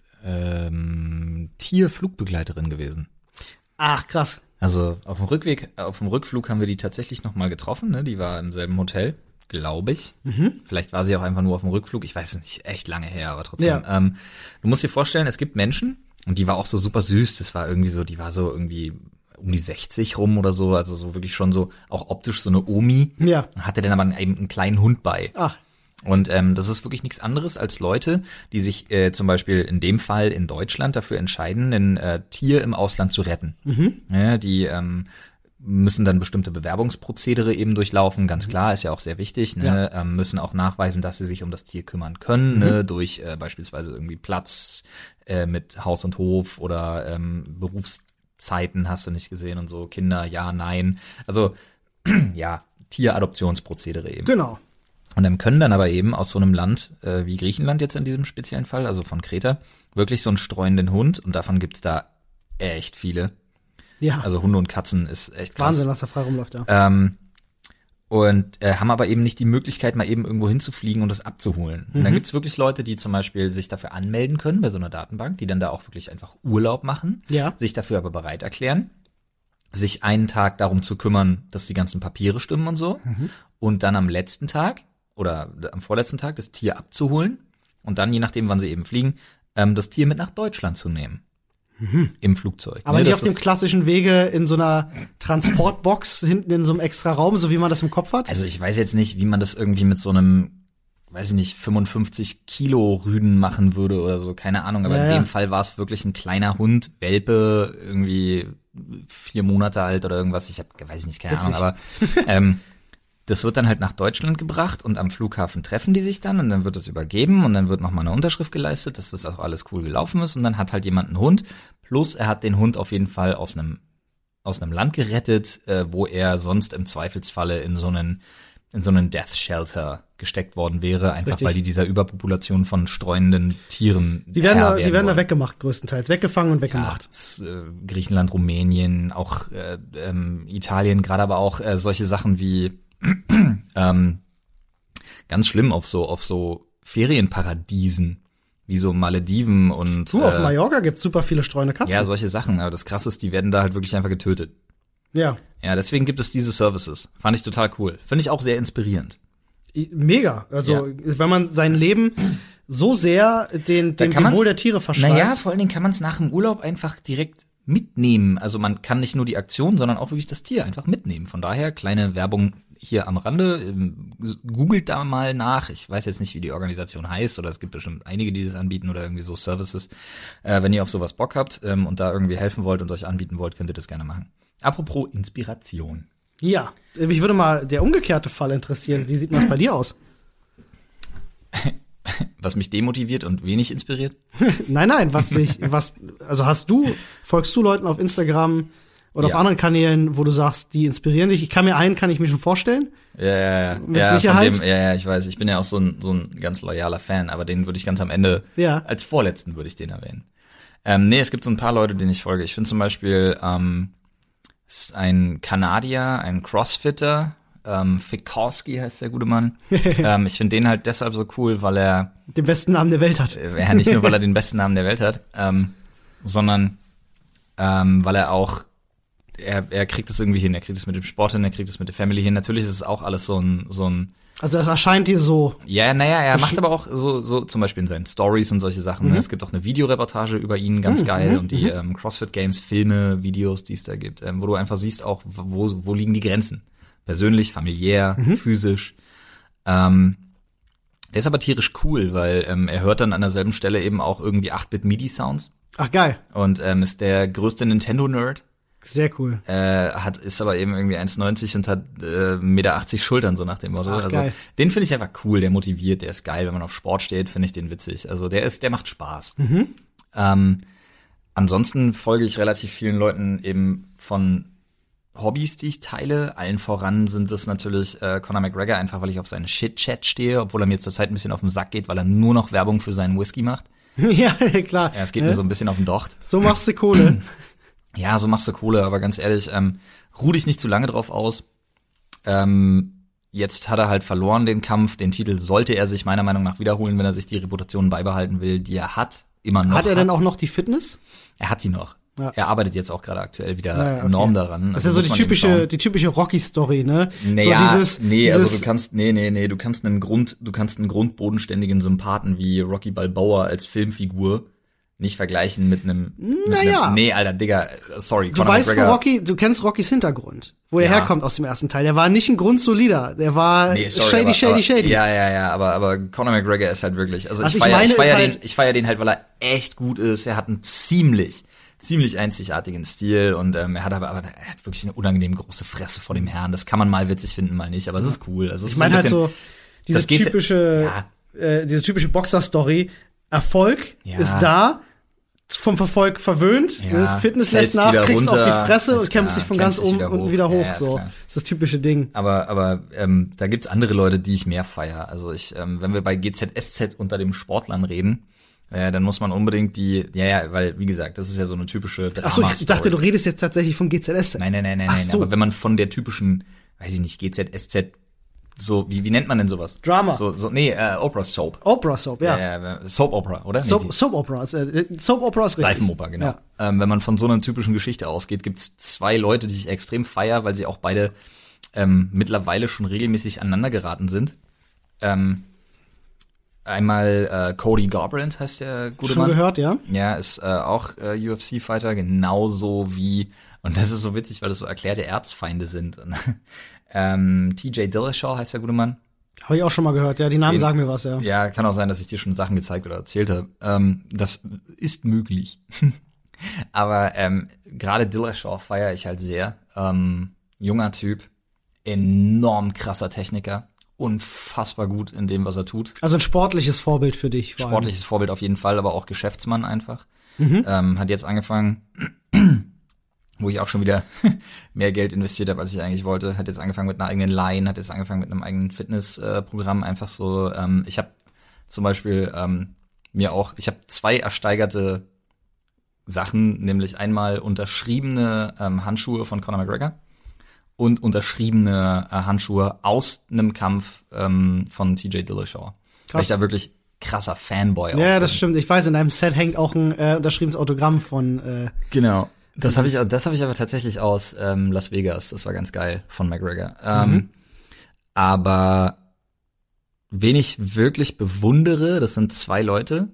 Tierflugbegleiterin gewesen. Ach, krass. Also auf dem Rückflug haben wir die tatsächlich noch mal getroffen, ne? Die war im selben Hotel, glaube ich. Vielleicht war sie auch einfach nur auf dem Rückflug, ich weiß es nicht, echt lange her, aber trotzdem. Ja. Du musst dir vorstellen, es gibt Menschen, und die war auch so super süß, das war irgendwie so, die war so irgendwie um die 60 rum oder so, also so wirklich schon so, auch optisch so eine Omi. Ja. Hatte dann aber einen kleinen Hund bei. Ach. Und das ist wirklich nichts anderes als Leute, die sich zum Beispiel in dem Fall in Deutschland dafür entscheiden, ein Tier im Ausland zu retten. Ja, die müssen dann bestimmte Bewerbungsprozedere eben durchlaufen, ganz klar, ist ja auch sehr wichtig, ne? Ja. Müssen auch nachweisen, dass sie sich um das Tier kümmern können, ne? Durch beispielsweise irgendwie Platz mit Haus und Hof oder Berufszeiten hast du nicht gesehen und so, Kinder, ja, nein. Also ja, Tieradoptionsprozedere eben. Genau. Und dann können dann aber eben aus so einem Land wie Griechenland jetzt in diesem speziellen Fall, also von Kreta, wirklich so einen streuenden Hund, und davon gibt's da echt viele. Ja. Also Hunde und Katzen ist echt krass. Wahnsinn, was da frei rumläuft, ja. Und haben aber eben nicht die Möglichkeit, mal eben irgendwo hinzufliegen und das abzuholen. Und dann gibt's wirklich Leute, die zum Beispiel sich dafür anmelden können bei so einer Datenbank, die dann da auch wirklich einfach Urlaub machen, sich dafür aber bereit erklären, sich einen Tag darum zu kümmern, dass die ganzen Papiere stimmen und so, und dann am letzten Tag oder am vorletzten Tag das Tier abzuholen und dann, je nachdem, wann sie eben fliegen, das Tier mit nach Deutschland zu nehmen. Im Flugzeug. Aber nicht auf dem klassischen Wege in so einer Transportbox hinten in so einem extra Raum, so wie man das im Kopf hat? Also ich weiß jetzt nicht, wie man das irgendwie mit so einem, weiß ich nicht, 55 Kilo Rüden machen würde oder so, keine Ahnung. Aber in dem Fall war es wirklich ein kleiner Hund, Welpe, irgendwie 4 Monate alt oder irgendwas. Weiß ich nicht, keine Ahnung, aber das wird dann halt nach Deutschland gebracht und am Flughafen treffen die sich dann und dann wird es übergeben und dann wird nochmal eine Unterschrift geleistet, dass das auch alles cool gelaufen ist, und dann hat halt jemand einen Hund, plus er hat den Hund auf jeden Fall aus einem Land gerettet, wo er sonst im Zweifelsfalle in so einen Death Shelter gesteckt worden wäre, einfach Richtig. Weil die dieser Überpopulation von streunenden Tieren die werden da weggemacht, größtenteils. Weggefangen und weggemacht. Ja, Griechenland, Rumänien, auch Italien, gerade aber auch solche Sachen wie ganz schlimm auf so Ferienparadiesen, wie so Malediven und auf Mallorca gibt's super viele streunende Katzen. Ja, solche Sachen, aber das Krasse ist, die werden da halt wirklich einfach getötet. Ja. Ja, deswegen gibt es diese Services. Fand ich total cool. Finde ich auch sehr inspirierend. Mega. Also, wenn man sein Leben so sehr dem Wohl der Tiere verschreibt. Naja, vor allen Dingen kann man es nach dem Urlaub einfach direkt mitnehmen. Also man kann nicht nur die Aktion, sondern auch wirklich das Tier einfach mitnehmen. Von daher, kleine Werbung hier am Rande. Googelt da mal nach. Ich weiß jetzt nicht, wie die Organisation heißt, oder es gibt bestimmt einige, die das anbieten oder irgendwie so Services. Wenn ihr auf sowas Bock habt und da irgendwie helfen wollt und euch anbieten wollt, könnt ihr das gerne machen. Apropos Inspiration. Ja, mich würde mal der umgekehrte Fall interessieren. Wie sieht das bei dir aus? Was mich demotiviert und wenig inspiriert? Nein, folgst du Leuten auf Instagram oder auf anderen Kanälen, wo du sagst, die inspirieren dich? Kann ich mir schon vorstellen. Ja. Mit Sicherheit. Ich weiß. Ich bin ja auch so ein ganz loyaler Fan, aber den würde ich ganz am Ende, als vorletzten würde ich den erwähnen. Es gibt so ein paar Leute, denen ich folge. Ich finde zum Beispiel, ist ein Kanadier, ein Crossfitter, Fikowski heißt der gute Mann. Ich finde den halt deshalb so cool, weil er den besten Namen der Welt hat. Ja, nicht nur, weil er den besten Namen der Welt hat, sondern weil er auch er kriegt es irgendwie hin. Er kriegt es mit dem Sport hin, er kriegt es mit der Family hin. Natürlich ist es auch alles so ein also es erscheint dir so. Ja, er macht aber auch so zum Beispiel in seinen Stories und solche Sachen. Ne? Es gibt auch eine Videoreportage über ihn, ganz geil. Und die CrossFit Games, Filme, Videos, die es da gibt, wo du einfach siehst auch, wo liegen die Grenzen. Persönlich, familiär, physisch. Der ist aber tierisch cool, weil er hört dann an derselben Stelle eben auch irgendwie 8-Bit MIDI-Sounds. Ach, geil. Und ist der größte Nintendo-Nerd. Sehr cool. Ist aber eben irgendwie 1,90 und hat 1,80 Meter Schultern, so nach dem Motto. Ach, also geil. Den finde ich einfach cool, der motiviert, der ist geil. Wenn man auf Sport steht, finde ich den witzig. Also der macht Spaß. Ansonsten folge ich relativ vielen Leuten eben von Hobbys, die ich teile. Allen voran sind es natürlich Conor McGregor, einfach weil ich auf seinen Shit-Chat stehe, obwohl er mir zurzeit ein bisschen auf den Sack geht, weil er nur noch Werbung für seinen Whisky macht. Ja, klar. Ja, es geht mir so ein bisschen auf den Docht. So machst du Kohle. Ja, so machst du Kohle, aber ganz ehrlich, ruh dich nicht zu lange drauf aus. Jetzt hat er halt verloren den Kampf. Den Titel sollte er sich meiner Meinung nach wiederholen, wenn er sich die Reputation beibehalten will, die er hat, immer noch hat. Er denn auch noch die Fitness? Er hat sie noch. Ja. Er arbeitet jetzt auch gerade aktuell wieder enorm daran. Das ist ja so die typische Rocky-Story, ne? Naja, so du kannst einen grundbodenständigen Sympathen wie Rocky Balboa als Filmfigur nicht vergleichen mit einem. Nee, Alter, Digga, sorry. Du weißt, du kennst Rockys Hintergrund, wo er herkommt aus dem ersten Teil. Der war nicht ein grundsolider, der war shady. Ja, aber Conor McGregor ist halt wirklich, also ich feier den halt, weil er echt gut ist. Er hat einen ziemlich einzigartigen Stil und er hat wirklich eine unangenehm große Fresse vor dem Herrn. Das kann man mal witzig finden, mal nicht, aber es ist cool. Also ich meine halt so diese typische Boxer-Story. Erfolg ist da, vom Verfolg verwöhnt, Fitness lässt nach, kriegst auf die Fresse und kämpfst dich von ganz oben und wieder hoch. So, das ist das typische Ding. Aber da gibt's andere Leute, die ich mehr feier. Also wenn wir bei GZSZ unter dem Sportlern reden, dann muss man unbedingt weil, wie gesagt, das ist ja so eine typische Drama-Story. Achso, ich dachte, du redest jetzt tatsächlich von GZSZ. Nein. So. Aber wenn man von der typischen, weiß ich nicht, GZSZ, so, wie nennt man denn sowas? Drama. Oprah Soap. Oprah Soap, ja. Soap Opera, oder? Soap Opera ist richtig. Seifenoper, genau. Ja. Wenn man von so einer typischen Geschichte ausgeht, gibt's 2 Leute, die ich extrem feier, weil sie auch beide mittlerweile schon regelmäßig aneinander geraten sind. Einmal Cody Garbrandt heißt der gute Mann. Schon gehört, ja. Ja, ist auch UFC-Fighter, genauso wie, und das ist so witzig, weil das so erklärte Erzfeinde sind. TJ Dillashaw heißt der gute Mann. Habe ich auch schon mal gehört, ja, die Namen sagen mir was, ja. Ja, kann auch sein, dass ich dir schon Sachen gezeigt oder erzählt habe. Das ist möglich. Aber gerade Dillashaw feiere ich halt sehr. Junger Typ, enorm krasser Techniker, unfassbar gut in dem, was er tut. Also ein sportliches Vorbild für dich. Sportliches Vorbild auf jeden Fall, aber auch Geschäftsmann einfach. Hat jetzt angefangen, wo ich auch schon wieder mehr Geld investiert habe, als ich eigentlich wollte. Hat jetzt angefangen mit einer eigenen Line, hat jetzt angefangen mit einem eigenen Fitnessprogramm. Einfach so, ich habe zum Beispiel ich habe 2 ersteigerte Sachen, nämlich einmal unterschriebene Handschuhe von Conor McGregor und unterschriebene Handschuhe aus einem Kampf von TJ Dillashaw. Weil ich da wirklich krasser Fanboy auch bin. Das stimmt. Ich weiß, in deinem Set hängt auch ein unterschriebenes Autogramm von Genau. Das habe ich aber tatsächlich aus Las Vegas. Das war ganz geil von McGregor. Aber wen ich wirklich bewundere, das sind 2 Leute,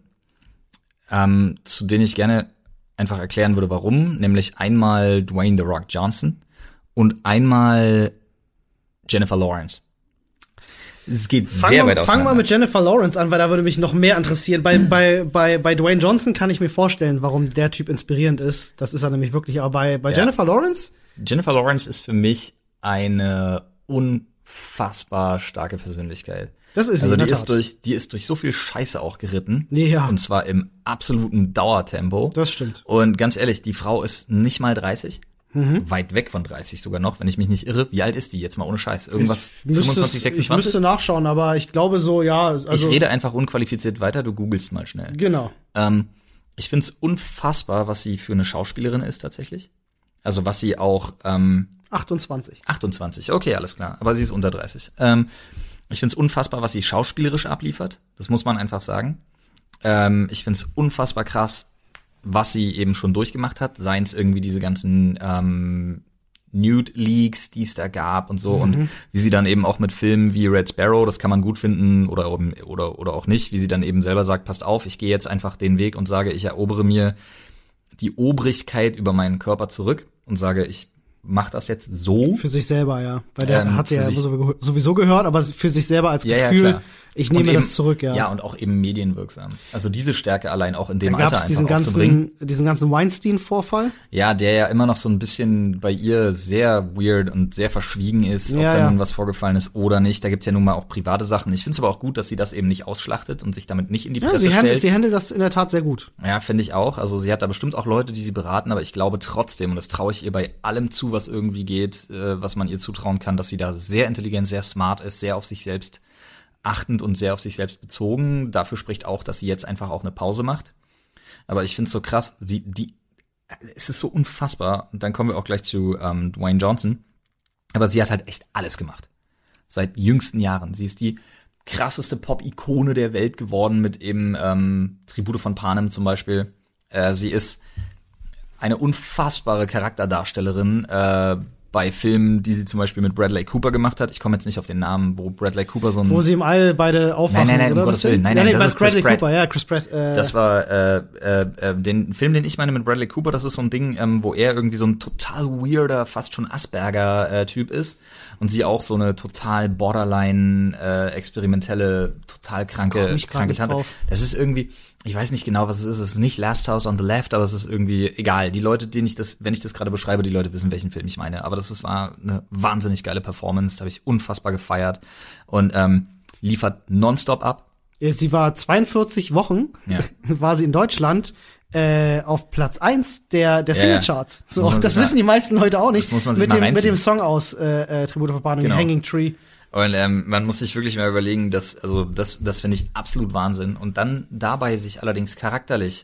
zu denen ich gerne einfach erklären würde, warum. Nämlich einmal Dwayne The Rock Johnson und einmal Jennifer Lawrence. Es geht sehr weit auseinander. Fang mal mit Jennifer Lawrence an, weil da würde mich noch mehr interessieren. Bei Dwayne Johnson kann ich mir vorstellen, warum der Typ inspirierend ist. Das ist er nämlich wirklich. Aber bei Jennifer Lawrence? Jennifer Lawrence ist für mich eine unfassbar starke Persönlichkeit. Das ist also die ist durch so viel Scheiße auch geritten. Ja. Und zwar im absoluten Dauertempo. Das stimmt. Und ganz ehrlich, die Frau ist nicht mal 30. Weit weg von 30 sogar noch, wenn ich mich nicht irre. Wie alt ist die jetzt mal ohne Scheiß? Irgendwas 25, 26? Ich müsste nachschauen, aber ich glaube so, ja. Also ich rede einfach unqualifiziert weiter, du googelst mal schnell. Genau. Ich find's unfassbar, was sie für eine Schauspielerin ist tatsächlich. Also was sie auch 28. 28, okay, alles klar. Aber sie ist unter 30. Ich find's unfassbar, was sie schauspielerisch abliefert. Das muss man einfach sagen. Ich find's unfassbar krass, was sie eben schon durchgemacht hat, seien es irgendwie diese ganzen Nude-Leaks, die es da gab und so, und wie sie dann eben auch mit Filmen wie Red Sparrow, das kann man gut finden oder auch nicht, wie sie dann eben selber sagt, passt auf, ich gehe jetzt einfach den Weg und sage, ich erobere mir die Obrigkeit über meinen Körper zurück und sage, ich mach das jetzt so. Für sich selber, ja. Weil der hat sie ja sowieso gehört, aber für sich selber als Gefühl, klar. Ich nehme das zurück, ja. Ja, und auch eben medienwirksam. Also diese Stärke allein auch in dem Alter einfach aufzubringen. Diesen ganzen Weinstein-Vorfall. Ja, der ja immer noch so ein bisschen bei ihr sehr weird und sehr verschwiegen ist, ob da nun was vorgefallen ist oder nicht. Da gibt's ja nun mal auch private Sachen. Ich find's aber auch gut, dass sie das eben nicht ausschlachtet und sich damit nicht in die Presse stellt. Sie handelt das in der Tat sehr gut. Ja, finde ich auch. Also sie hat da bestimmt auch Leute, die sie beraten, aber ich glaube trotzdem, und das traue ich ihr bei allem zu, was irgendwie geht, was man ihr zutrauen kann, dass sie da sehr intelligent, sehr smart ist, sehr auf sich selbst achtend und sehr auf sich selbst bezogen. Dafür spricht auch, dass sie jetzt einfach auch eine Pause macht. Aber ich finde es so krass, es ist so unfassbar. Und dann kommen wir auch gleich zu Dwayne Johnson. Aber sie hat halt echt alles gemacht. Seit jüngsten Jahren. Sie ist die krasseste Pop-Ikone der Welt geworden mit eben Tribute von Panem zum Beispiel. Sie ist eine unfassbare Charakterdarstellerin, bei Filmen, die sie zum Beispiel mit Bradley Cooper gemacht hat. Ich komme jetzt nicht auf den Namen, wo Bradley Cooper so ein... Wo sie im All beide aufwachen, nein, oder? Um Gottes Willen. Nein, das ist Bradley Cooper, ja, Chris Pratt. Das war den Film, den ich meine mit Bradley Cooper, das ist so ein Ding, wo er irgendwie so ein total weirder, fast schon Asperger-Typ ist und sie auch so eine total borderline experimentelle, total kranke Tante. Das ist irgendwie... Ich weiß nicht genau, was es ist. Es ist nicht Last House on the Left, aber es ist irgendwie egal. Die Leute, wenn ich das gerade beschreibe, die Leute wissen, welchen Film ich meine. Aber war eine wahnsinnig geile Performance. Da habe ich unfassbar gefeiert. Und liefert nonstop ab. Sie war 42 Wochen, war sie in Deutschland auf Platz 1 der Singlecharts. So, das wissen die meisten Leute auch nicht. Das muss man sich mit dem Song aus Tribute von Panem, genau. Hanging Tree. Und man muss sich wirklich mal überlegen, das finde ich absolut Wahnsinn. Und dann dabei sich allerdings charakterlich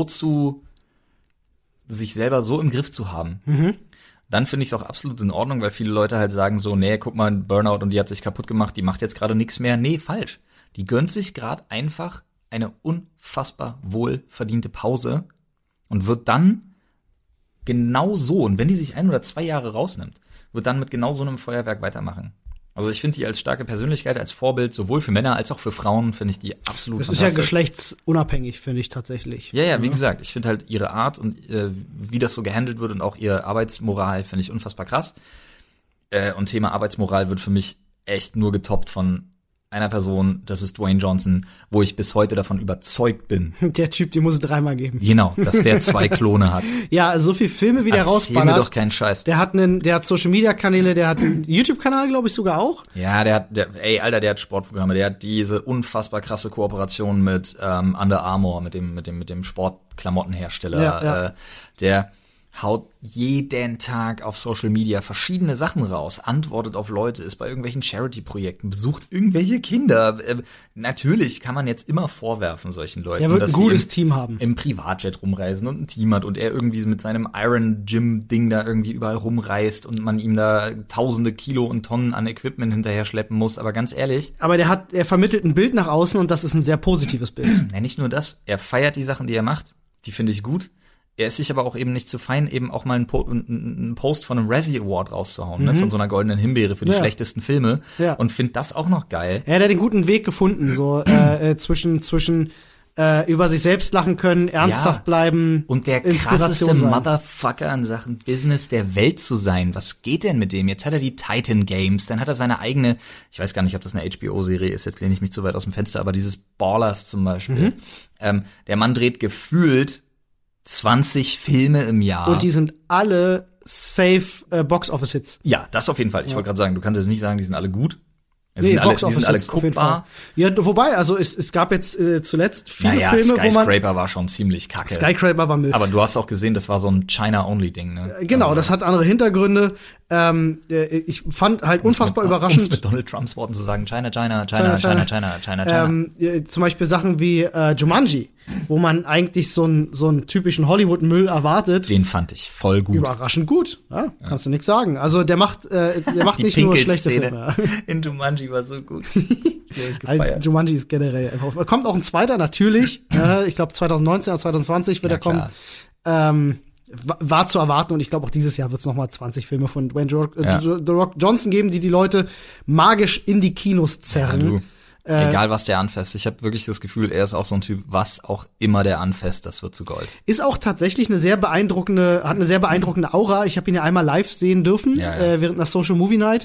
sich selber so im Griff zu haben, dann finde ich es auch absolut in Ordnung, weil viele Leute halt sagen so, nee, guck mal, Burnout und die hat sich kaputt gemacht, die macht jetzt gerade nichts mehr. Nee, falsch. Die gönnt sich gerade einfach eine unfassbar wohlverdiente Pause und wird dann genau so, und wenn die sich 1 oder 2 Jahre rausnimmt, wird dann mit genau so einem Feuerwerk weitermachen. Also ich finde die als starke Persönlichkeit, als Vorbild, sowohl für Männer als auch für Frauen, finde ich die absolut fantastisch. Das ist ja geschlechtsunabhängig, finde ich tatsächlich. Ja, wie gesagt, ich finde halt ihre Art und wie das so gehandelt wird und auch ihre Arbeitsmoral finde ich unfassbar krass. Und Thema Arbeitsmoral wird für mich echt nur getoppt von einer Person, das ist Dwayne Johnson, wo ich bis heute davon überzeugt bin. Der Typ, den muss es 3-mal geben. Genau, dass der 2 Klone hat. Ja, so viel Filme, wie der rausballert. Erzähl mir doch keinen Scheiß. Der hat Social-Media-Kanäle, der hat einen YouTube-Kanal, glaube ich, sogar auch. Ja, der hat Sportprogramme, der hat diese unfassbar krasse Kooperation mit Under Armour, mit dem Sportklamottenhersteller, ja. Der haut jeden Tag auf Social Media verschiedene Sachen raus, antwortet auf Leute, ist bei irgendwelchen Charity-Projekten, besucht irgendwelche Kinder. Natürlich kann man jetzt immer vorwerfen solchen Leuten, er wird dass ein gutes Team haben, im Privatjet rumreisen und ein Team hat und er irgendwie mit seinem Iron Gym Ding da irgendwie überall rumreist und man ihm da tausende Kilo und Tonnen an Equipment hinterher schleppen muss. Aber ganz ehrlich. Aber er vermittelt ein Bild nach außen und das ist ein sehr positives Bild. Ja, nicht nur das. Er feiert die Sachen, die er macht. Die finde ich gut. er ist sich aber auch eben nicht zu fein, eben auch mal einen Post von einem Razzie Award rauszuhauen, ne? Von so einer goldenen Himbeere für die schlechtesten Filme. Ja. Und findet das auch noch geil. Er hat den guten Weg gefunden, so zwischen über sich selbst lachen können, ernsthaft bleiben. Und der krasseste Motherfucker an Sachen Business der Welt zu sein. Was geht denn mit dem? Jetzt hat er die Titan Games, dann hat er seine eigene, ich weiß gar nicht, ob das eine HBO-Serie ist, jetzt lehne ich mich zu weit aus dem Fenster, aber dieses Ballers zum Beispiel. Der Mann dreht gefühlt 20 Filme im Jahr. Und die sind alle safe Box-Office-Hits. Ja, das auf jeden Fall. Ich wollte gerade sagen, du kannst jetzt nicht sagen, die sind alle gut. Die sind alle guckbar. Ja, wobei, also es gab jetzt zuletzt viele Filme, Skyscraper war schon ziemlich kacke. Skyscraper war Müll. Aber du hast auch gesehen, das war so ein China-Only-Ding, ne? Genau, also, das hat andere Hintergründe. Ich fand halt unfassbar überraschend. Um es mit Donald Trumps Worten zu sagen, China. Zum Beispiel Sachen wie Jumanji, wo man eigentlich so einen typischen Hollywood-Müll erwartet. Den fand ich voll gut. Überraschend gut, ja, kannst du nichts sagen. Also der macht nicht nur schlechte Filme. In Jumanji war so gut. Also, Jumanji ist generell einfach. Kommt auch ein zweiter, natürlich. Ich glaube 2019 oder 2020 wird er kommen. War zu erwarten und ich glaube auch dieses Jahr wird es nochmal 20 Filme von Dwayne The Rock Johnson geben, die Leute magisch in die Kinos zerren. Ja, egal was der anfasst. Ich habe wirklich das Gefühl, er ist auch so ein Typ, was auch immer der anfasst, das wird zu Gold. Ist auch tatsächlich hat eine sehr beeindruckende Aura. Ich habe ihn ja einmal live sehen dürfen, während einer Social Movie Night.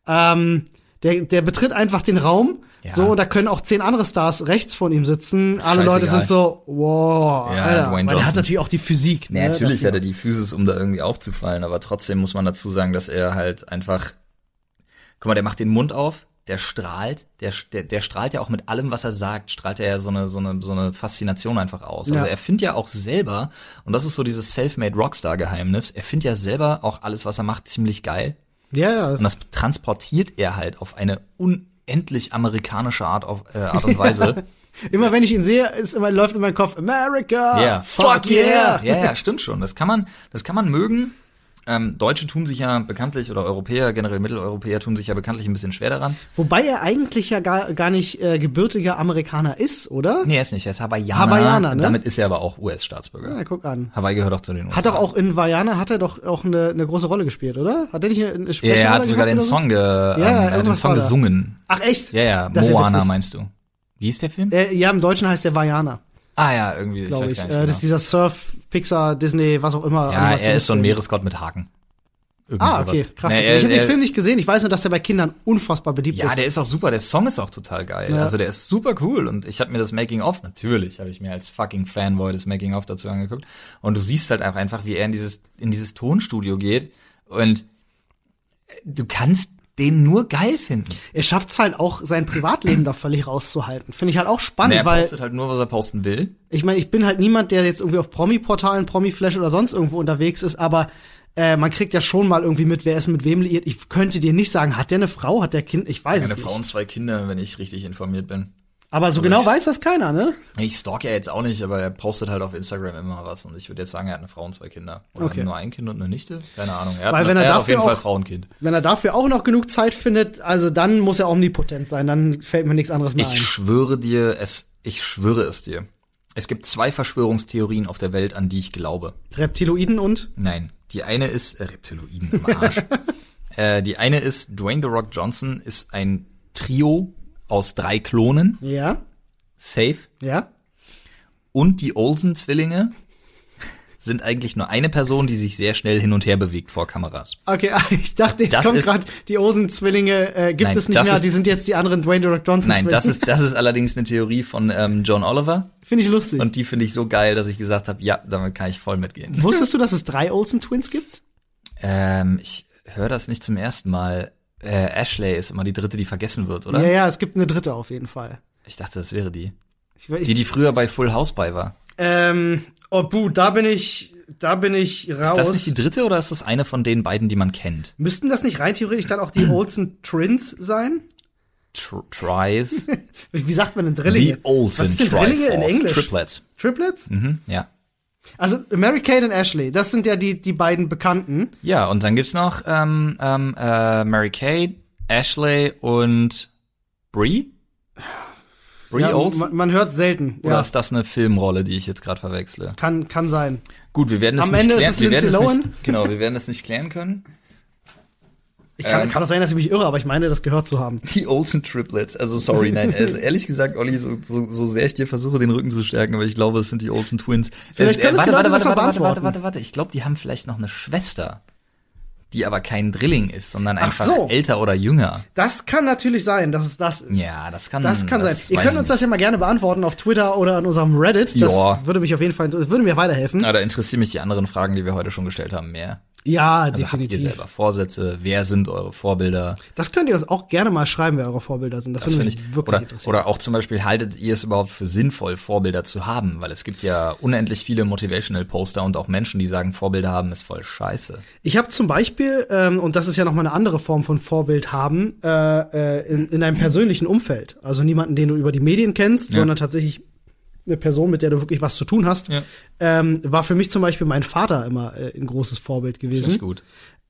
Der betritt einfach den Raum, so, und da können auch 10 andere Stars rechts von ihm sitzen. Alle Leute sind so, wow, Alter. Weil er hat natürlich auch die Physik. Nee, natürlich hat er die Physis, um da irgendwie aufzufallen, aber trotzdem muss man dazu sagen, dass er halt einfach, guck mal, der macht den Mund auf, der strahlt, der strahlt ja auch mit allem, was er sagt, strahlt er ja so eine Faszination einfach aus. Also er findet ja auch selber, und das ist so dieses Selfmade Rockstar-Geheimnis, er findet ja selber auch alles, was er macht, ziemlich geil. Ja. Und das transportiert er halt auf eine unendlich amerikanische Art und Weise. Immer wenn ich ihn sehe, läuft in meinem Kopf America. Yeah. Fuck yeah. Ja, stimmt schon. Das kann man mögen. Deutsche tun sich ja bekanntlich, oder Europäer, generell Mitteleuropäer tun sich ja bekanntlich ein bisschen schwer daran. Wobei er eigentlich ja gar nicht gebürtiger Amerikaner ist, oder? Nee, er ist nicht. Er ist Hawaiianer, ne? Damit ist er aber auch US-Staatsbürger. Ja, guck an. Hawaii gehört doch zu den USA. Hat doch auch in Vaiana hat er doch auch eine große Rolle gespielt, oder? Hat er nicht eine Sprechrolle? Ja, er hat sogar den Song gesungen. Ach, echt? Ja, Moana meinst du. Wie ist der Film? Ja, im Deutschen heißt der Vaiana. Ah ja, irgendwie, ich weiß gar nicht genau. Das ist dieser Surf, Pixar, Disney, was auch immer. Ja, er ist so ein Meeresgott mit Haken. Okay, krass. Ich habe den Film nicht gesehen. Ich weiß nur, dass der bei Kindern unfassbar beliebt ist. Ja, der ist auch super. Der Song ist auch total geil. Ja. Also der ist super cool. Und ich habe mir das Making-of, natürlich habe ich mir als fucking Fanboy das Making-of dazu angeguckt. Und du siehst halt einfach, wie er in dieses Tonstudio geht. Und du kannst den nur geil finden. Er schafft es halt auch, sein Privatleben da völlig rauszuhalten. Finde ich halt auch spannend, weil er postet halt nur, was er posten will. Ich meine, ich bin halt niemand, der jetzt irgendwie auf Promi-Portalen, Promi-Flash oder sonst irgendwo unterwegs ist, aber man kriegt ja schon mal irgendwie mit, wer ist mit wem liiert. Ich könnte dir nicht sagen, hat der eine Frau, hat der Kind? Ich weiß es nicht. Eine Frau und 2 Kinder, wenn ich richtig informiert bin. Aber so genau weiß das keiner, ne? Ich stalk ja jetzt auch nicht, aber er postet halt auf Instagram immer was. Und ich würde jetzt sagen, er hat eine Frau und 2 Kinder. Oder nur ein Kind und eine Nichte? Keine Ahnung. Er hat auf jeden Fall Frau und Kind. Wenn er dafür auch noch genug Zeit findet, also dann muss er omnipotent sein. Dann fällt mir nichts anderes mehr ein. Ich schwöre es dir. Es gibt 2 Verschwörungstheorien auf der Welt, an die ich glaube. Reptiloiden und? Nein. Die eine ist, Reptiloiden im Arsch. Die eine ist, Dwayne The Rock Johnson ist ein Trio aus 3 Klonen. Ja. Safe. Ja. Und die Olsen-Zwillinge sind eigentlich nur eine Person, die sich sehr schnell hin und her bewegt vor Kameras. Okay, ich dachte, jetzt kommt gerade die Olsen-Zwillinge, gibt es nicht mehr, die sind jetzt die anderen Dwayne The Rock Johnson-Zwillinge. Nein, das ist allerdings eine Theorie von John Oliver. Finde ich lustig. Und die finde ich so geil, dass ich gesagt habe, ja, damit kann ich voll mitgehen. Wusstest du, dass es 3 Olsen-Twins gibt? Ich höre das nicht zum ersten Mal. Ashley ist immer die dritte, die vergessen wird, oder? Ja, es gibt eine dritte auf jeden Fall. Ich dachte, das wäre die. Die früher bei Full House bei war. Da bin ich raus. Ist das nicht die dritte oder ist das eine von den beiden, die man kennt? Müssten das nicht rein theoretisch dann auch die Olsen Twins sein? Tries. Wie sagt man denn Drillinge? Die Olsen Was ist denn Drillinge in Englisch? Triplets. Triplets? Mhm, ja. Also Mary-Kate und Ashley, das sind ja die beiden Bekannten. Ja, und dann gibt's noch Mary-Kate, Ashley und Brie. Olds? Man hört selten. Oder ist das eine Filmrolle, die ich jetzt gerade verwechsle? Kann sein. Gut, wir werden es nicht klären. Wir werden es nicht klären können. Kann auch sein, dass ich mich irre, aber ich meine, das gehört zu haben. Die Olsen Triplets. Also sorry, nein. Also ehrlich gesagt, Olli, so sehr ich dir versuche, den Rücken zu stärken, aber ich glaube, es sind die Olsen Twins. Vielleicht warte. Ich glaube, die haben vielleicht noch eine Schwester, die aber kein Drilling ist, sondern einfach älter oder jünger. Das kann natürlich sein, dass es das ist. Ja, das kann sein. Ihr könnt uns das ja mal gerne beantworten auf Twitter oder an unserem Reddit. Das würde mich auf jeden Fall, würde mir weiterhelfen. Ja, da interessieren mich die anderen Fragen, die wir heute schon gestellt haben, mehr. Ja, also definitiv. Habt ihr selber Vorsätze? Wer sind eure Vorbilder? Das könnt ihr uns auch gerne mal schreiben, wer eure Vorbilder sind. Das würde mich wirklich interessieren. Oder auch zum Beispiel, haltet ihr es überhaupt für sinnvoll, Vorbilder zu haben? Weil es gibt ja unendlich viele Motivational-Poster und auch Menschen, die sagen, Vorbilder haben ist voll scheiße. Ich habe zum Beispiel, und das ist ja noch mal eine andere Form von Vorbild haben, in einem persönlichen Umfeld. Also niemanden, den du über die Medien kennst, sondern tatsächlich eine Person, mit der du wirklich was zu tun hast, war für mich zum Beispiel mein Vater immer ein großes Vorbild gewesen. Das ist gut.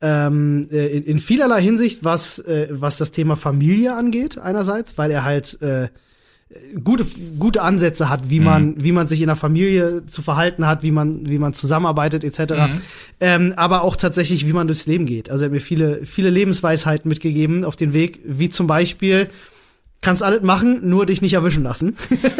In vielerlei Hinsicht, was das Thema Familie angeht, einerseits, weil er halt gute Ansätze hat, wie man sich in der Familie zu verhalten hat, wie man zusammenarbeitet etc. Aber auch tatsächlich, wie man durchs Leben geht. Also er hat mir viele Lebensweisheiten mitgegeben auf den Weg, wie zum Beispiel, kannst alles machen, nur dich nicht erwischen lassen.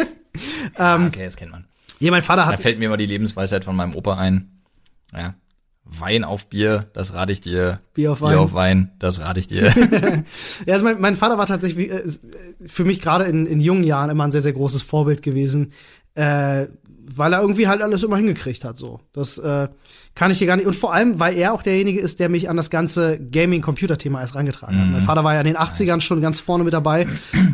Okay, das kennt man. Ja, mein Vater hat. Da fällt mir immer die Lebensweisheit von meinem Opa ein. Ja. Wein auf Bier, das rate ich dir. Bier auf Wein, das rate ich dir. Ja, also mein Vater war tatsächlich für mich gerade in jungen Jahren immer ein sehr, sehr großes Vorbild gewesen, weil er irgendwie halt alles immer hingekriegt hat, so. Das kann ich dir gar nicht. Und vor allem, weil er auch derjenige ist, der mich an das ganze Gaming-Computer-Thema erst rangetragen hat. Mein Vater war ja in den 80ern schon ganz vorne mit dabei,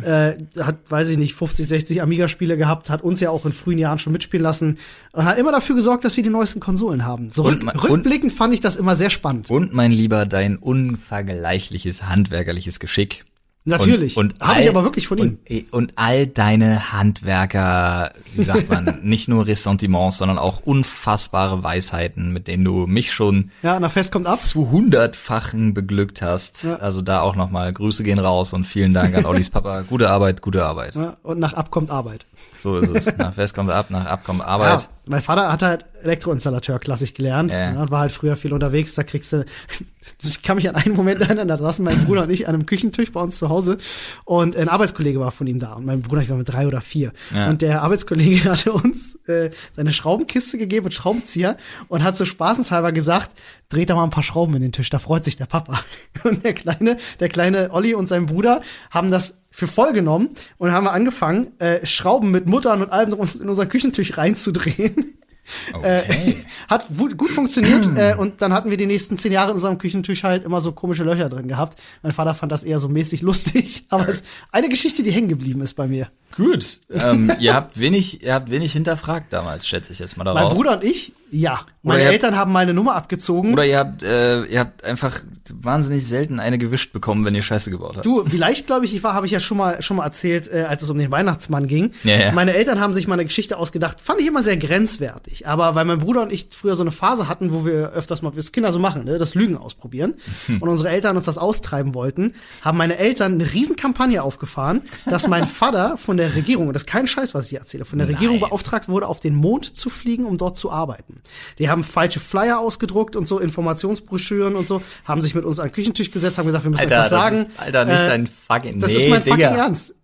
hat, weiß ich nicht, 50, 60 Amiga-Spiele gehabt, hat uns ja auch in frühen Jahren schon mitspielen lassen und hat immer dafür gesorgt, dass wir die neuesten Konsolen haben. So rückblickend fand ich das immer sehr spannend. Und mein Lieber, dein unvergleichliches handwerkliches Geschick. Natürlich. Habe ich aber wirklich von ihm. Und all deine Handwerker, wie sagt man, nicht nur Ressentiments, sondern auch unfassbare Weisheiten, mit denen du mich schon nach Fest kommt ab zu 100-fachen beglückt hast. Ja. Also da auch nochmal Grüße gehen raus und vielen Dank an Ollis Papa. Gute Arbeit, gute Arbeit. Ja, und nach ab kommt Arbeit. So ist es. Nach Fest kommt ab, nach ab kommt Arbeit. Ja, mein Vater hat halt Elektroinstallateur klassisch gelernt und war halt früher viel unterwegs. Da kriegst du, ich kann mich an einen Moment erinnern, da saßen mein Bruder und ich an einem Küchentisch bei uns zu Hause und ein Arbeitskollege war von ihm da und mein Bruder, ich war mit 3 oder 4 und der Arbeitskollege hatte uns seine Schraubenkiste gegeben mit Schraubenzieher und hat so spaßenshalber gesagt, dreht da mal ein paar Schrauben in den Tisch, da freut sich der Papa. Und der kleine Olli und sein Bruder haben das für voll genommen und haben wir angefangen, Schrauben mit Muttern und allem in unseren Küchentisch reinzudrehen. Okay. Hat gut funktioniert und dann hatten wir die nächsten 10 Jahre in unserem Küchentisch halt immer so komische Löcher drin gehabt. Mein Vater fand das eher so mäßig lustig, aber es ist eine Geschichte, die hängen geblieben ist bei mir. Gut. Ihr habt wenig hinterfragt damals, schätze ich jetzt mal daraus. Mein Bruder und ich, ja. Meine Eltern haben meine Nummer abgezogen. Oder ihr habt einfach wahnsinnig selten eine gewischt bekommen, wenn ihr Scheiße gebaut habt. Du, vielleicht, glaube ich, habe ich ja schon mal erzählt, als es um den Weihnachtsmann ging. Ja. Meine Eltern haben sich mal eine Geschichte ausgedacht, fand ich immer sehr grenzwertig. Aber weil mein Bruder und ich früher so eine Phase hatten, wo wir öfters mal, wie es Kinder so machen, ne, das Lügen ausprobieren. Und unsere Eltern uns das austreiben wollten, haben meine Eltern eine Riesenkampagne aufgefahren, dass mein Vater von der Regierung, und das ist kein Scheiß, was ich hier erzähle, von der Regierung beauftragt wurde, auf den Mond zu fliegen, um dort zu arbeiten. Die haben falsche Flyer ausgedruckt und so, Informationsbroschüren und so, haben sich mit uns an den Küchentisch gesetzt, haben gesagt, wir müssen etwas sagen. Ist, Alter, nicht dein fucking, das ist mein fucking Ernst.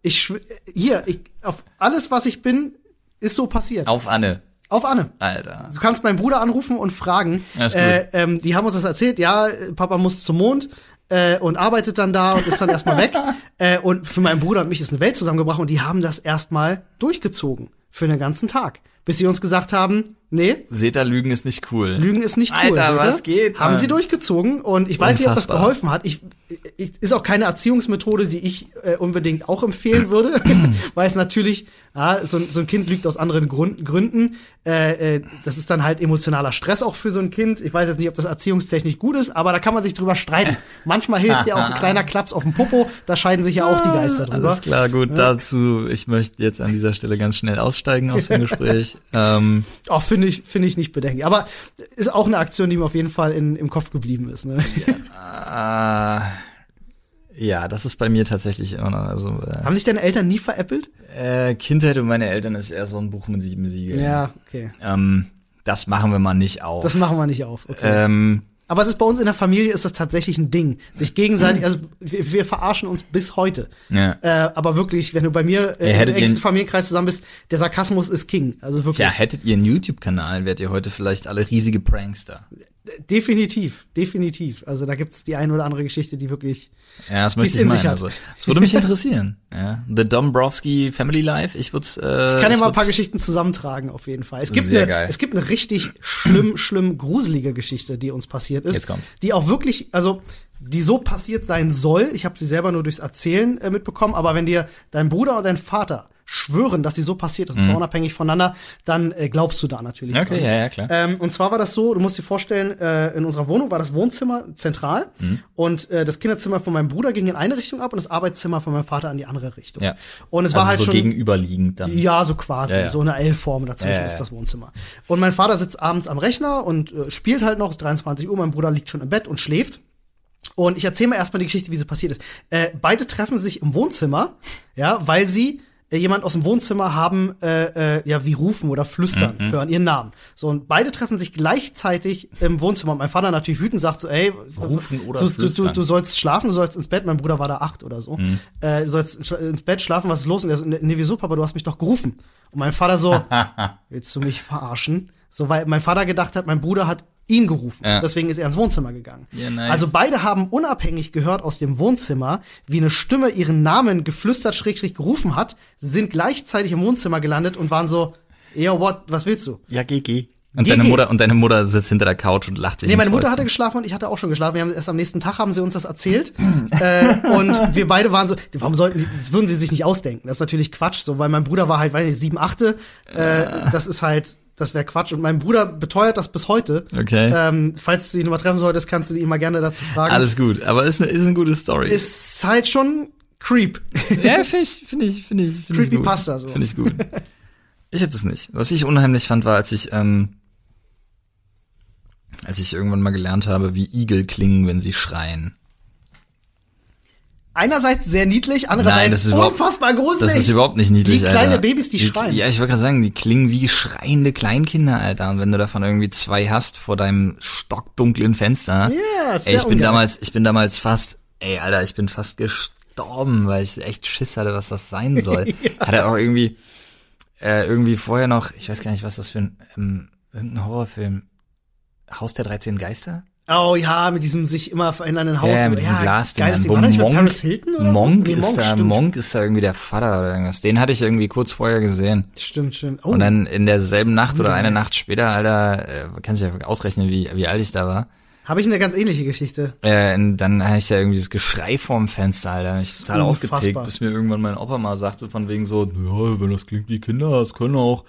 Auf alles, was ich bin, ist so passiert. Auf Anne. Alter. Du kannst meinen Bruder anrufen und fragen. Die haben uns das erzählt, ja, Papa muss zum Mond. Und arbeitet dann da und ist dann erstmal weg. Und für meinen Bruder und mich ist eine Welt zusammengebracht und die haben das erstmal durchgezogen für den ganzen Tag. Bis sie uns gesagt haben, nee. Seht ihr, Lügen ist nicht cool. Lügen ist nicht cool. Alter, was geht? Haben sie durchgezogen und ich weiß nicht, ob das geholfen hat. Ist auch keine Erziehungsmethode, die ich unbedingt auch empfehlen würde, weil es natürlich, so ein Kind lügt aus anderen Gründen. Das ist dann halt emotionaler Stress auch für so ein Kind. Ich weiß jetzt nicht, ob das erziehungstechnisch gut ist, aber da kann man sich drüber streiten. Manchmal hilft ja auch ein kleiner Klaps auf den Popo, da scheiden sich ja auch die Geister drüber. Alles klar, gut, dazu, ich möchte jetzt an dieser Stelle ganz schnell aussteigen aus dem Gespräch. Auch finde ich nicht bedenklich. Aber ist auch eine Aktion, die mir auf jeden Fall im Kopf geblieben ist. Ne? Ja, das ist bei mir tatsächlich immer noch. Also, Haben sich deine Eltern nie veräppelt? Kindheit und meine Eltern ist eher so ein Buch mit 7 Siegeln. Ja, okay. Das machen wir mal nicht auf. Das machen wir nicht auf, okay. Aber es ist bei uns in der Familie ist das tatsächlich ein Ding. Sich gegenseitig, also wir verarschen uns bis heute. Ja. Aber wirklich, wenn du bei mir im engsten Familienkreis zusammen bist, der Sarkasmus ist King. Also wirklich. Tja, hättet ihr einen YouTube-Kanal, wärt ihr heute vielleicht alle riesige Prankster. Definitiv. Also da gibt's die eine oder andere Geschichte, die wirklich ja, das möchte ich meinen. Also, das würde mich interessieren. Ja. The Dombrowski Family Life. Ich kann ja mal ein paar Geschichten zusammentragen, auf jeden Fall. Es gibt eine richtig schlimm gruselige Geschichte, die uns passiert ist. Jetzt kommt's. Die auch wirklich, also die so passiert sein soll. Ich habe sie selber nur durchs Erzählen mitbekommen, aber wenn dir dein Bruder und dein Vater schwören, dass sie so passiert ist, und zwar unabhängig voneinander, dann glaubst du da natürlich dran. Okay, ja, klar. Und zwar war das so, du musst dir vorstellen, in unserer Wohnung war das Wohnzimmer zentral und das Kinderzimmer von meinem Bruder ging in eine Richtung ab und das Arbeitszimmer von meinem Vater in die andere Richtung. Ja. Und es also war halt so schon gegenüberliegend dann. Ja, so quasi, ja. so eine L-Form dazwischen ist das Wohnzimmer. Und mein Vater sitzt abends am Rechner und spielt halt noch, es ist 23 Uhr, mein Bruder liegt schon im Bett und schläft. Und ich erzähle mal erstmal die Geschichte, wie sie passiert ist. Beide treffen sich im Wohnzimmer, ja, weil sie jemand aus dem Wohnzimmer haben, wie rufen oder flüstern, hören ihren Namen. So, und beide treffen sich gleichzeitig im Wohnzimmer. Und mein Vater natürlich wütend sagt so, ey, rufen oder flüstern. Du sollst schlafen, du sollst ins Bett. Mein Bruder war da 8 oder so. Du sollst ins Bett schlafen, was ist los? Und er so, nee, wieso, Papa, du hast mich doch gerufen. Und mein Vater so, willst du mich verarschen? So, weil mein Vater gedacht hat, mein Bruder hat ihn gerufen. Ja. Deswegen ist er ins Wohnzimmer gegangen. Ja, nice. Also beide haben unabhängig gehört aus dem Wohnzimmer, wie eine Stimme ihren Namen geflüstert / gerufen hat, sind gleichzeitig im Wohnzimmer gelandet und waren so, yo, what, was willst du? Ja, geh. Und deine Mutter sitzt hinter der Couch und lacht sich. Nee, meine Mutter hatte geschlafen und ich hatte auch schon geschlafen. Wir haben erst am nächsten Tag haben sie uns das erzählt. Und wir beide waren so, das würden sie sich nicht ausdenken. Das ist natürlich Quatsch, so, weil mein Bruder war halt, weiß nicht, 7, 8. Das wäre Quatsch. Und mein Bruder beteuert das bis heute. Okay. Falls du ihn mal treffen solltest, kannst du ihn mal gerne dazu fragen. Alles gut, aber ist eine gute Story. Ist halt schon Creep. Ja, finde ich Creepypasta so. Finde ich gut. Ich hab das nicht. Was ich unheimlich fand, war, als ich irgendwann mal gelernt habe, wie Igel klingen, wenn sie schreien. Einerseits sehr niedlich, andererseits unfassbar gruselig. Das ist überhaupt nicht niedlich, wie kleine Alter. Babys, die schreien. Ja, ich wollte gerade sagen, die klingen wie schreiende Kleinkinder, Alter. Und wenn du davon irgendwie 2 hast vor deinem stockdunklen Fenster. Ja, ey, ich bin damals fast gestorben, weil ich echt Schiss hatte, was das sein soll. Ja. Hat er auch irgendwie vorher noch, ich weiß gar nicht, was das für irgendein Horrorfilm, Haus der 13 Geister? Oh ja, mit diesem sich immer verändernden Haus. Ja, mit diesem Glasding. War das nicht mit Paris Hilton oder Monk so? Monk ist da irgendwie der Vater oder irgendwas. Den hatte ich irgendwie kurz vorher gesehen. Stimmt. Oh. Und dann in derselben Nacht oder eine Nacht später, Alter, kannst du ja ausrechnen, wie alt ich da war. Habe ich eine ganz ähnliche Geschichte. Dann hatte ich ja irgendwie das Geschrei vorm Fenster, Alter. Ich total ausgetickt, bis mir irgendwann mein Opa mal sagte, von wegen so, ja, wenn das klingt wie Kinder, es können auch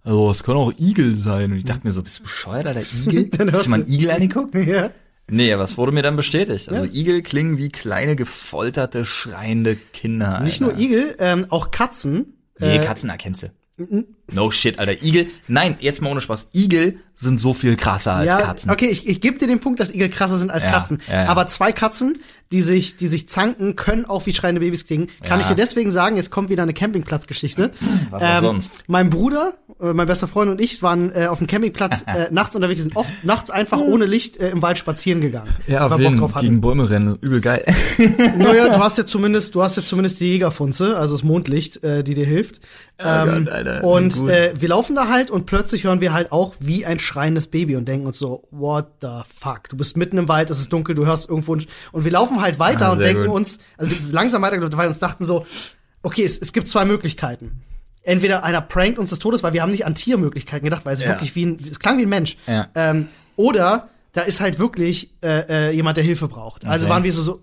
Igel sein. Und ich dachte mir so, bist du bescheuert, Alter, Igel? Hast du mal einen Igel angeguckt? Ja. Nee, aber es wurde mir dann bestätigt. Also Igel klingen wie kleine, gefolterte, schreiende Kinder, Alter. Nicht nur Igel, auch Katzen. Nee, Katzen erkennst du. No shit, Alter. Igel, nein, jetzt mal ohne Spaß. Igel sind so viel krasser als Katzen. Okay, ich gebe dir den Punkt, dass Igel krasser sind als Katzen. Ja. Aber 2 Katzen, die sich zanken, können auch wie schreiende Babys klingen. Kann ich dir deswegen sagen, jetzt kommt wieder eine Campingplatzgeschichte. Was auch sonst? Mein Bruder, mein bester Freund und ich waren auf dem Campingplatz nachts unterwegs, sind oft nachts einfach ohne Licht im Wald spazieren gegangen. Ja, auf jeden Fall gegen Bäume rennen, übel geil. Naja, du hast ja zumindest die Jägerfunze, also das Mondlicht, die dir hilft. Gott, Alter, und wir laufen da halt und plötzlich hören wir halt auch wie ein schreiendes Baby und denken uns so, what the fuck? Du bist mitten im Wald, es ist dunkel, du hörst irgendwo und wir laufen halt weiter und denken uns, also wir sind langsam weitergelaufen, weil wir uns dachten so, okay, es gibt 2 Möglichkeiten. Entweder einer prankt uns des Todes, weil wir haben nicht an Tiermöglichkeiten gedacht, weil es wirklich es klang wie ein Mensch. Ja. Oder da ist halt wirklich jemand, der Hilfe braucht. Okay. Also waren wir so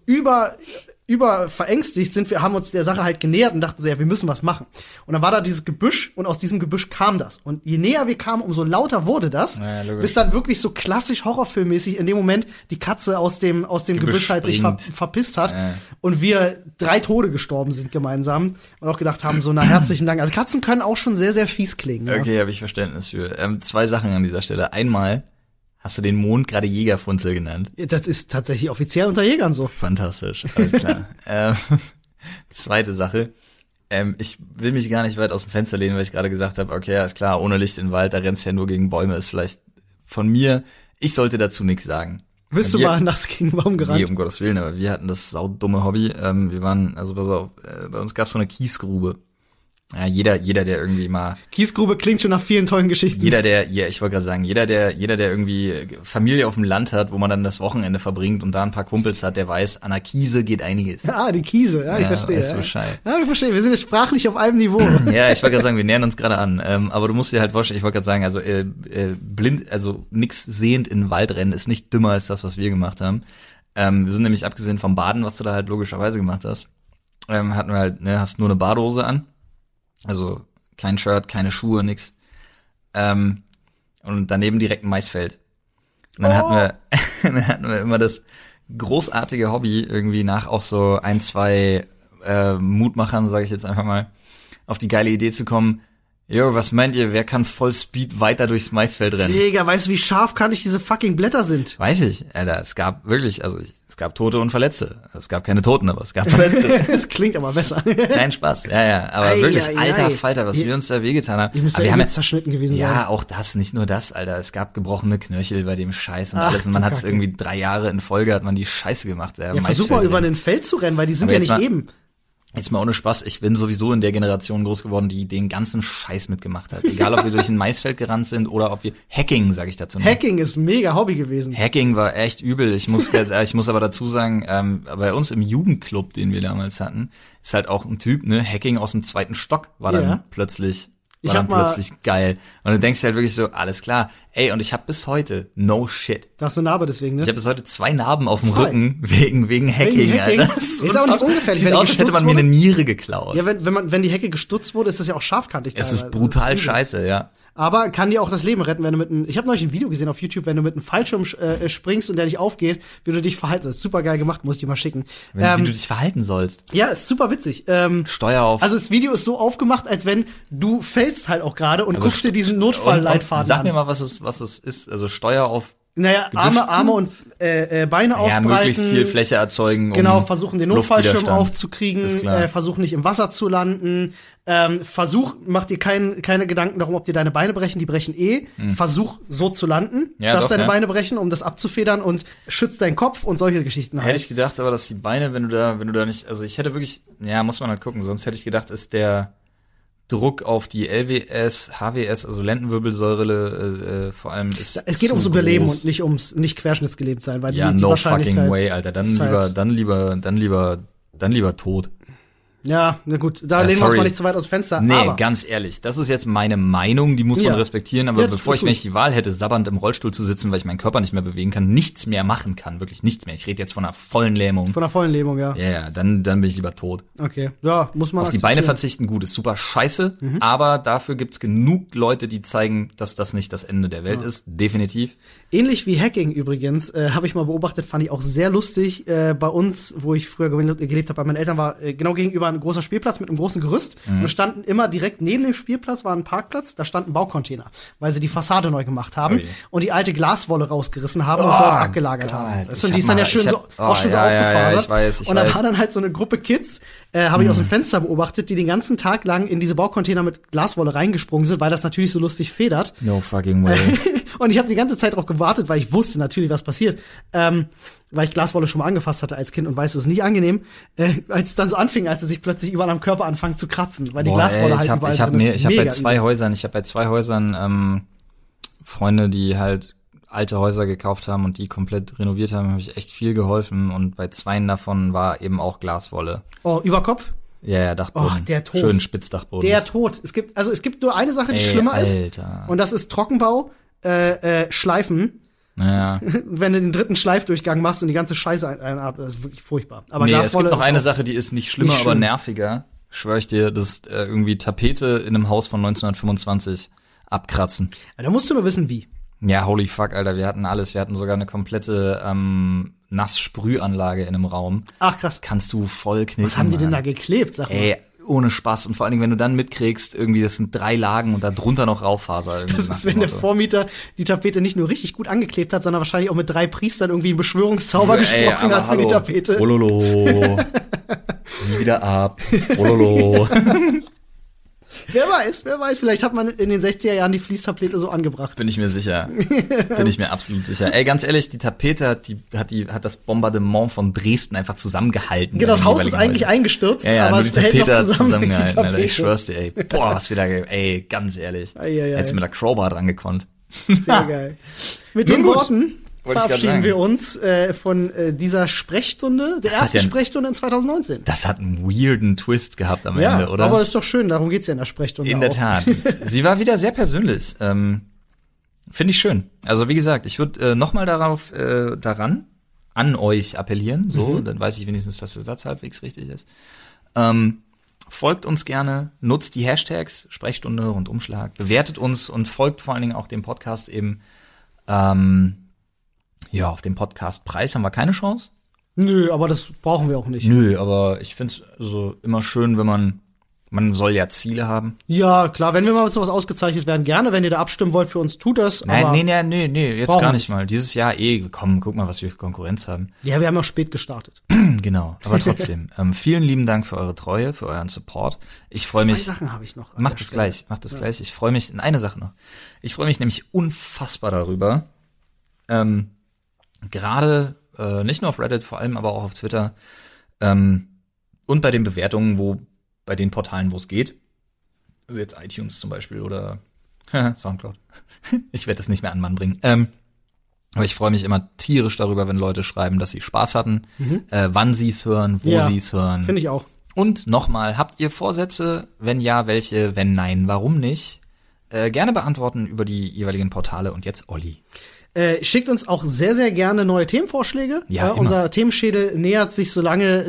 über verängstigt haben uns der Sache halt genähert und dachten so, ja, wir müssen was machen. Und dann war da dieses Gebüsch und aus diesem Gebüsch kam das. Und je näher wir kamen, umso lauter wurde das, bis dann wirklich so klassisch horrorfilmmäßig in dem Moment die Katze aus dem Gebüsch halt sich verpisst hat und wir 3 Tode gestorben sind gemeinsam und auch gedacht haben, so, na, herzlichen Dank. Also Katzen können auch schon sehr, sehr fies klingen. Okay, habe ich Verständnis für. 2 Sachen an dieser Stelle. Einmal, Hast du den Mond gerade Jägerfunzel genannt? Das ist tatsächlich offiziell unter Jägern so. Fantastisch, alles klar. Zweite Sache. Ich will mich gar nicht weit aus dem Fenster lehnen, weil ich gerade gesagt habe, okay, alles klar, ohne Licht in den Wald, da rennst du ja nur gegen Bäume, ist vielleicht von mir, ich sollte dazu nichts sagen. Bist du mal nachts gegen einen Baum gerannt? Nee, um Gottes Willen, aber wir hatten das saudumme Hobby. Wir waren, also pass auf, bei uns gab's so eine Kiesgrube. Ja, jeder, der irgendwie mal. Kiesgrube klingt schon nach vielen tollen Geschichten. Ich wollte gerade sagen, jeder, der irgendwie Familie auf dem Land hat, wo man dann das Wochenende verbringt und da ein paar Kumpels hat, der weiß, an der Kiese geht einiges. Ah, die Kiese, ja, ich verstehe. Weißt du Bescheid. Ja, ich verstehe. Wir sind jetzt sprachlich auf einem Niveau. Ja, ich wollte gerade sagen, wir nähern uns gerade an. Aber du musst dir halt vorstellen, ich wollte gerade sagen, also blind, also nix sehend in den Wald rennen ist nicht dümmer als das, was wir gemacht haben. Wir sind nämlich abgesehen vom Baden, was du da halt logischerweise gemacht hast, hatten wir halt, hast nur eine Badehose an. Also kein Shirt, keine Schuhe, nix. Und daneben direkt ein Maisfeld. Und dann hatten wir immer das großartige Hobby, irgendwie nach auch so 1, 2 Mutmachern, sage ich jetzt einfach mal, auf die geile Idee zu kommen, jo, was meint ihr, wer kann voll Speed weiter durchs Maisfeld rennen? Digga, weißt du, wie scharfkantig diese fucking Blätter sind? Weiß ich, Alter, es gab wirklich, also es gab Tote und Verletzte. Es gab keine Toten, aber es gab Verletzte. Es klingt aber besser. Kein Spaß, ja, aber wirklich, alter Falter, was wir uns da wehgetan haben. Ich müsste ja jetzt zerschnitten gewesen sein. Ja, auch das, nicht nur das, Alter, es gab gebrochene Knöchel bei dem Scheiß und alles und man hat es irgendwie 3 Jahre in Folge, hat man die Scheiße gemacht. Ja, versuch mal über ein Feld zu rennen, weil die sind ja nicht eben. Jetzt mal ohne Spaß, ich bin sowieso in der Generation groß geworden, die den ganzen Scheiß mitgemacht hat. Egal, ob wir durch ein Maisfeld gerannt sind oder ob wir Hacking, sage ich dazu noch. Hacking ist mega Hobby gewesen. Hacking war echt übel. Ich muss aber dazu sagen, bei uns im Jugendclub, den wir damals hatten, ist halt auch ein Typ, ne, Hacking aus dem 2. Stock war dann plötzlich geil. Und du denkst halt wirklich so, alles klar. Ey, und ich habe bis heute, no shit. Da hast du eine Narbe deswegen, ne? Ich habe bis heute 2 Narben auf dem Rücken wegen Hacking, Alter. Ist auch nicht ungefährlich. Sieht aus, als hätte man mir eine Niere geklaut. Ja, wenn die Hecke gestutzt wurde, ist das ja auch scharfkantig. Es ist brutal scheiße, ja. Aber kann dir auch das Leben retten, wenn du ich habe neulich ein Video gesehen auf YouTube, wenn du mit einem Fallschirm springst und der nicht aufgeht, wie du dich verhalten. Das ist super geil gemacht, muss ich dir mal schicken. Wie du dich verhalten sollst. Ja, ist super witzig. Steuer auf. Also das Video ist so aufgemacht, als wenn du fällst halt auch gerade und guckst dir diesen Notfallleitfaden an. Sag mir mal, was es ist. Also Steuer auf. Naja, Arme und Beine ausbreiten. Ja, möglichst viel Fläche erzeugen. Genau, versuchen den Notfallschirm aufzukriegen, versuchen nicht im Wasser zu landen. Mach dir keine Gedanken darum, ob dir deine Beine brechen, die brechen Versuch so zu landen, dass deine Beine brechen, um das abzufedern und schützt deinen Kopf und solche Geschichten halt. Hätte ich gedacht, aber dass die Beine, wenn du da nicht, also ich hätte wirklich, muss man halt gucken, sonst hätte ich gedacht, ist der Druck auf die LWS, HWS, also Lendenwirbelsäure, vor allem ist. Es geht ums Überleben und nicht Querschnittsgelebt sein, weil die no Wahrscheinlichkeit fucking way, Alter. Dann lieber tot. Ja, na gut, da lehnen wir uns mal nicht zu weit aus dem Fenster. Nee, aber ganz ehrlich, das ist jetzt meine Meinung, die muss man respektieren, aber bevor wenn ich die Wahl hätte, sabbernd im Rollstuhl zu sitzen, weil ich meinen Körper nicht mehr bewegen kann, nichts mehr machen kann, wirklich nichts mehr. Ich rede jetzt von einer vollen Lähmung. Von einer vollen Lähmung, ja. Ja, dann bin ich lieber tot. Okay, ja, muss man auf die Beine verzichten, gut, ist super scheiße, aber dafür gibt's genug Leute, die zeigen, dass das nicht das Ende der Welt ist, definitiv. Ähnlich wie Hacking übrigens, habe ich mal beobachtet, fand ich auch sehr lustig. Bei uns, wo ich früher gelebt habe, bei meinen Eltern war genau gegenüber ein großer Spielplatz mit einem großen Gerüst. Und standen immer direkt neben dem Spielplatz war ein Parkplatz, da stand ein Baucontainer, weil sie die Fassade neu gemacht haben und die alte Glaswolle rausgerissen haben und dort abgelagert haben. Das die ist dann ja schön so aufgefasert. Ich weiß. Und da war dann halt so eine Gruppe Kids, habe ich aus dem Fenster beobachtet, die den ganzen Tag lang in diese Baucontainer mit Glaswolle reingesprungen sind, weil das natürlich so lustig federt. No fucking way. Und ich habe die ganze Zeit darauf gewartet, weil ich wusste natürlich, was passiert. Weil ich Glaswolle schon mal angefasst hatte als Kind und weiß, es ist nicht angenehm, als es dann so anfing, als es sich plötzlich überall am Körper anfängt zu kratzen, weil die Glaswolle halt überall drin ist. Ich habe bei 2 Häusern Freunde, die halt alte Häuser gekauft haben und die komplett renoviert haben, habe ich echt viel geholfen und bei 2 davon war eben auch Glaswolle. Oh, Überkopf? Ja, Dachboden. Oh, der Tod. Schön Spitzdachboden. Der Tod. Es gibt nur eine Sache, die schlimmer ist. Und das ist Trockenbau, Schleifen. Ja. Wenn du den 3. Schleifdurchgang machst und die ganze Scheiße einatmest, das ist wirklich furchtbar. Aber es gibt noch eine Sache, die ist nicht schlimmer, aber nerviger. Schwör ich dir, das ist irgendwie Tapete in einem Haus von 1925 abkratzen. Ja, da musst du nur wissen, wie. Ja, holy fuck, Alter, wir hatten alles. Wir hatten sogar eine komplette Nasssprühanlage in einem Raum. Ach, krass. Kannst du voll knicken. Was haben die denn da geklebt, sag mal? Ey, ohne Spaß. Und vor allen Dingen, wenn du dann mitkriegst, irgendwie, das sind 3 Lagen und da drunter noch Raufaser. Das ist, wenn der Vormieter die Tapete nicht nur richtig gut angeklebt hat, sondern wahrscheinlich auch mit 3 Priestern irgendwie einen Beschwörungszauber gesprochen hat für die Tapete. Ololo. Nie wieder ab. Ololo. Wer weiß, vielleicht hat man in den 60er Jahren die Fließtapete so angebracht. Bin ich mir sicher. Bin ich mir absolut sicher. Ey, ganz ehrlich, die Tapete hat das Bombardement von Dresden einfach zusammengehalten. Genau, das Haus ist eigentlich eingestürzt, ja, aber nur die Tapete hat zusammengehalten, Alter, ich schwör's dir, ey. Boah, was wir da, ey, ganz ehrlich. Hättest du mit der Crowbar dran gekonnt. Sehr geil. Mit den Worten verabschieden wir uns von dieser Sprechstunde, der ersten Sprechstunde in 2019. Das hat einen weirden Twist gehabt am Ende, oder? Aber ist doch schön, darum geht's ja in der Sprechstunde In der Tat. Sie war wieder sehr persönlich. Finde ich schön. Also wie gesagt, ich würde nochmal an euch appellieren, so, dann weiß ich wenigstens, dass der Satz halbwegs richtig ist. Folgt uns gerne, nutzt die Hashtags Sprechstunde und Umschlag, bewertet uns und folgt vor allen Dingen auch dem Podcast eben. Ja, auf dem Podcastpreis haben wir keine Chance. Nö, aber das brauchen wir auch nicht. Nö, aber ich finde es also immer schön, wenn man soll ja Ziele haben. Ja, klar, wenn wir mal mit sowas ausgezeichnet werden, gerne, wenn ihr da abstimmen wollt für uns, tut das. Nein, nee, jetzt gar nicht mal. Dieses Jahr komm, guck mal, was wir für Konkurrenz haben. Ja, wir haben auch spät gestartet. Genau, aber trotzdem. Vielen lieben Dank für eure Treue, für euren Support. Ich freue mich. 2 Sachen habe ich noch. Mach das gleich. Ich freue mich, eine Sache noch. Ich freue mich nämlich unfassbar darüber, gerade nicht nur auf Reddit, vor allem aber auch auf Twitter und bei den Bewertungen, bei den Portalen, wo es geht, also jetzt iTunes zum Beispiel oder Soundcloud. Ich werde das nicht mehr an Mann bringen. Aber ich freue mich immer tierisch darüber, wenn Leute schreiben, dass sie Spaß hatten, wann sie es hören, wo sie es hören. Finde ich auch. Und nochmal, habt ihr Vorsätze? Wenn ja, welche? Wenn nein, warum nicht? Gerne beantworten über die jeweiligen Portale. Und jetzt Olli. Schickt uns auch sehr, sehr gerne neue Themenvorschläge. Ja, unser Themenschädel nähert sich so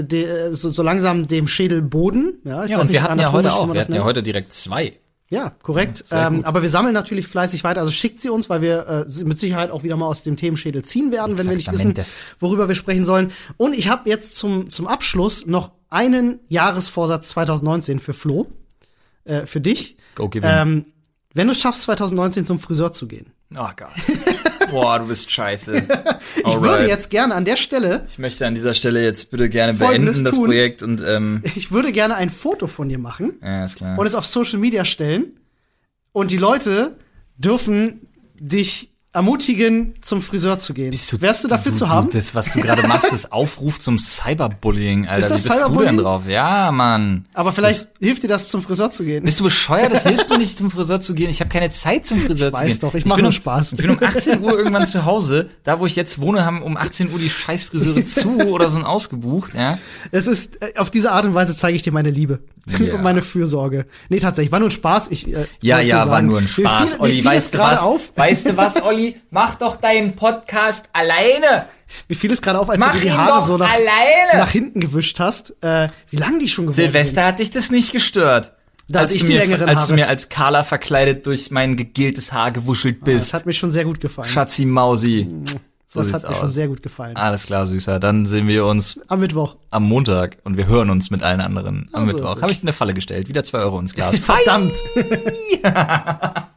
langsam dem Schädelboden. Ja, und wir hatten ja heute auch. Wir hatten ja heute direkt 2. Ja, korrekt. Aber wir sammeln natürlich fleißig weiter. Also schickt sie uns, weil wir mit Sicherheit auch wieder mal aus dem Themenschädel ziehen werden, wenn wir nicht wissen, worüber wir sprechen sollen. Und ich habe jetzt zum Abschluss noch einen Jahresvorsatz 2019 für Flo, für dich. Go, give him. Wenn du es schaffst, 2019 zum Friseur zu gehen. Oh Gott. Boah, du bist scheiße. Ich würde jetzt gerne an der Stelle. Ich möchte an dieser Stelle jetzt bitte gerne beenden, das Projekt. Und ich würde gerne ein Foto von dir machen. Ja, ist klar. Und es auf Social Media stellen. Und die Leute dürfen dich ermutigen, zum Friseur zu gehen. Wärst du dafür zu haben? Das, was du gerade machst, ist Aufruf zum Cyberbullying, Alter. Ist das Wie bist Cyberbullying? du denn drauf? Ja, Mann. Aber vielleicht hilft dir das, zum Friseur zu gehen. Bist du bescheuert? Das hilft mir nicht, zum Friseur zu gehen. Ich habe keine Zeit, zum Friseur zu gehen. Ich weiß doch, ich mache nur Spaß. Ich bin um 18 Uhr irgendwann zu Hause. Da, wo ich jetzt wohne, haben um 18 Uhr die Scheißfriseure zu oder sind ausgebucht. Ja. Es ist, auf diese Art und Weise zeige ich dir meine Liebe. Ja. Und meine Fürsorge. Nee, tatsächlich, war nur ein Spaß. War nur ein Spaß. Olli, weißt du was? Weißt du was, Olli? Mach doch deinen Podcast alleine. Mir fiel es gerade auf, als du dir die Haare so nach hinten gewischt hast. Wie lange die schon geworden Silvester sind. Hat dich das nicht gestört. Da als ich die längeren Als du mir als Carla verkleidet durch mein gegeltes Haar gewuschelt bist. Das hat mir schon sehr gut gefallen. Schatzi Mausi. Das hat mir schon sehr gut gefallen. Alles klar, Süßer. Dann sehen wir uns am Mittwoch. Am Montag. Und wir hören uns mit allen anderen am Mittwoch. Habe ich dir eine Falle gestellt. Wieder 2 Euro ins Glas. Verdammt.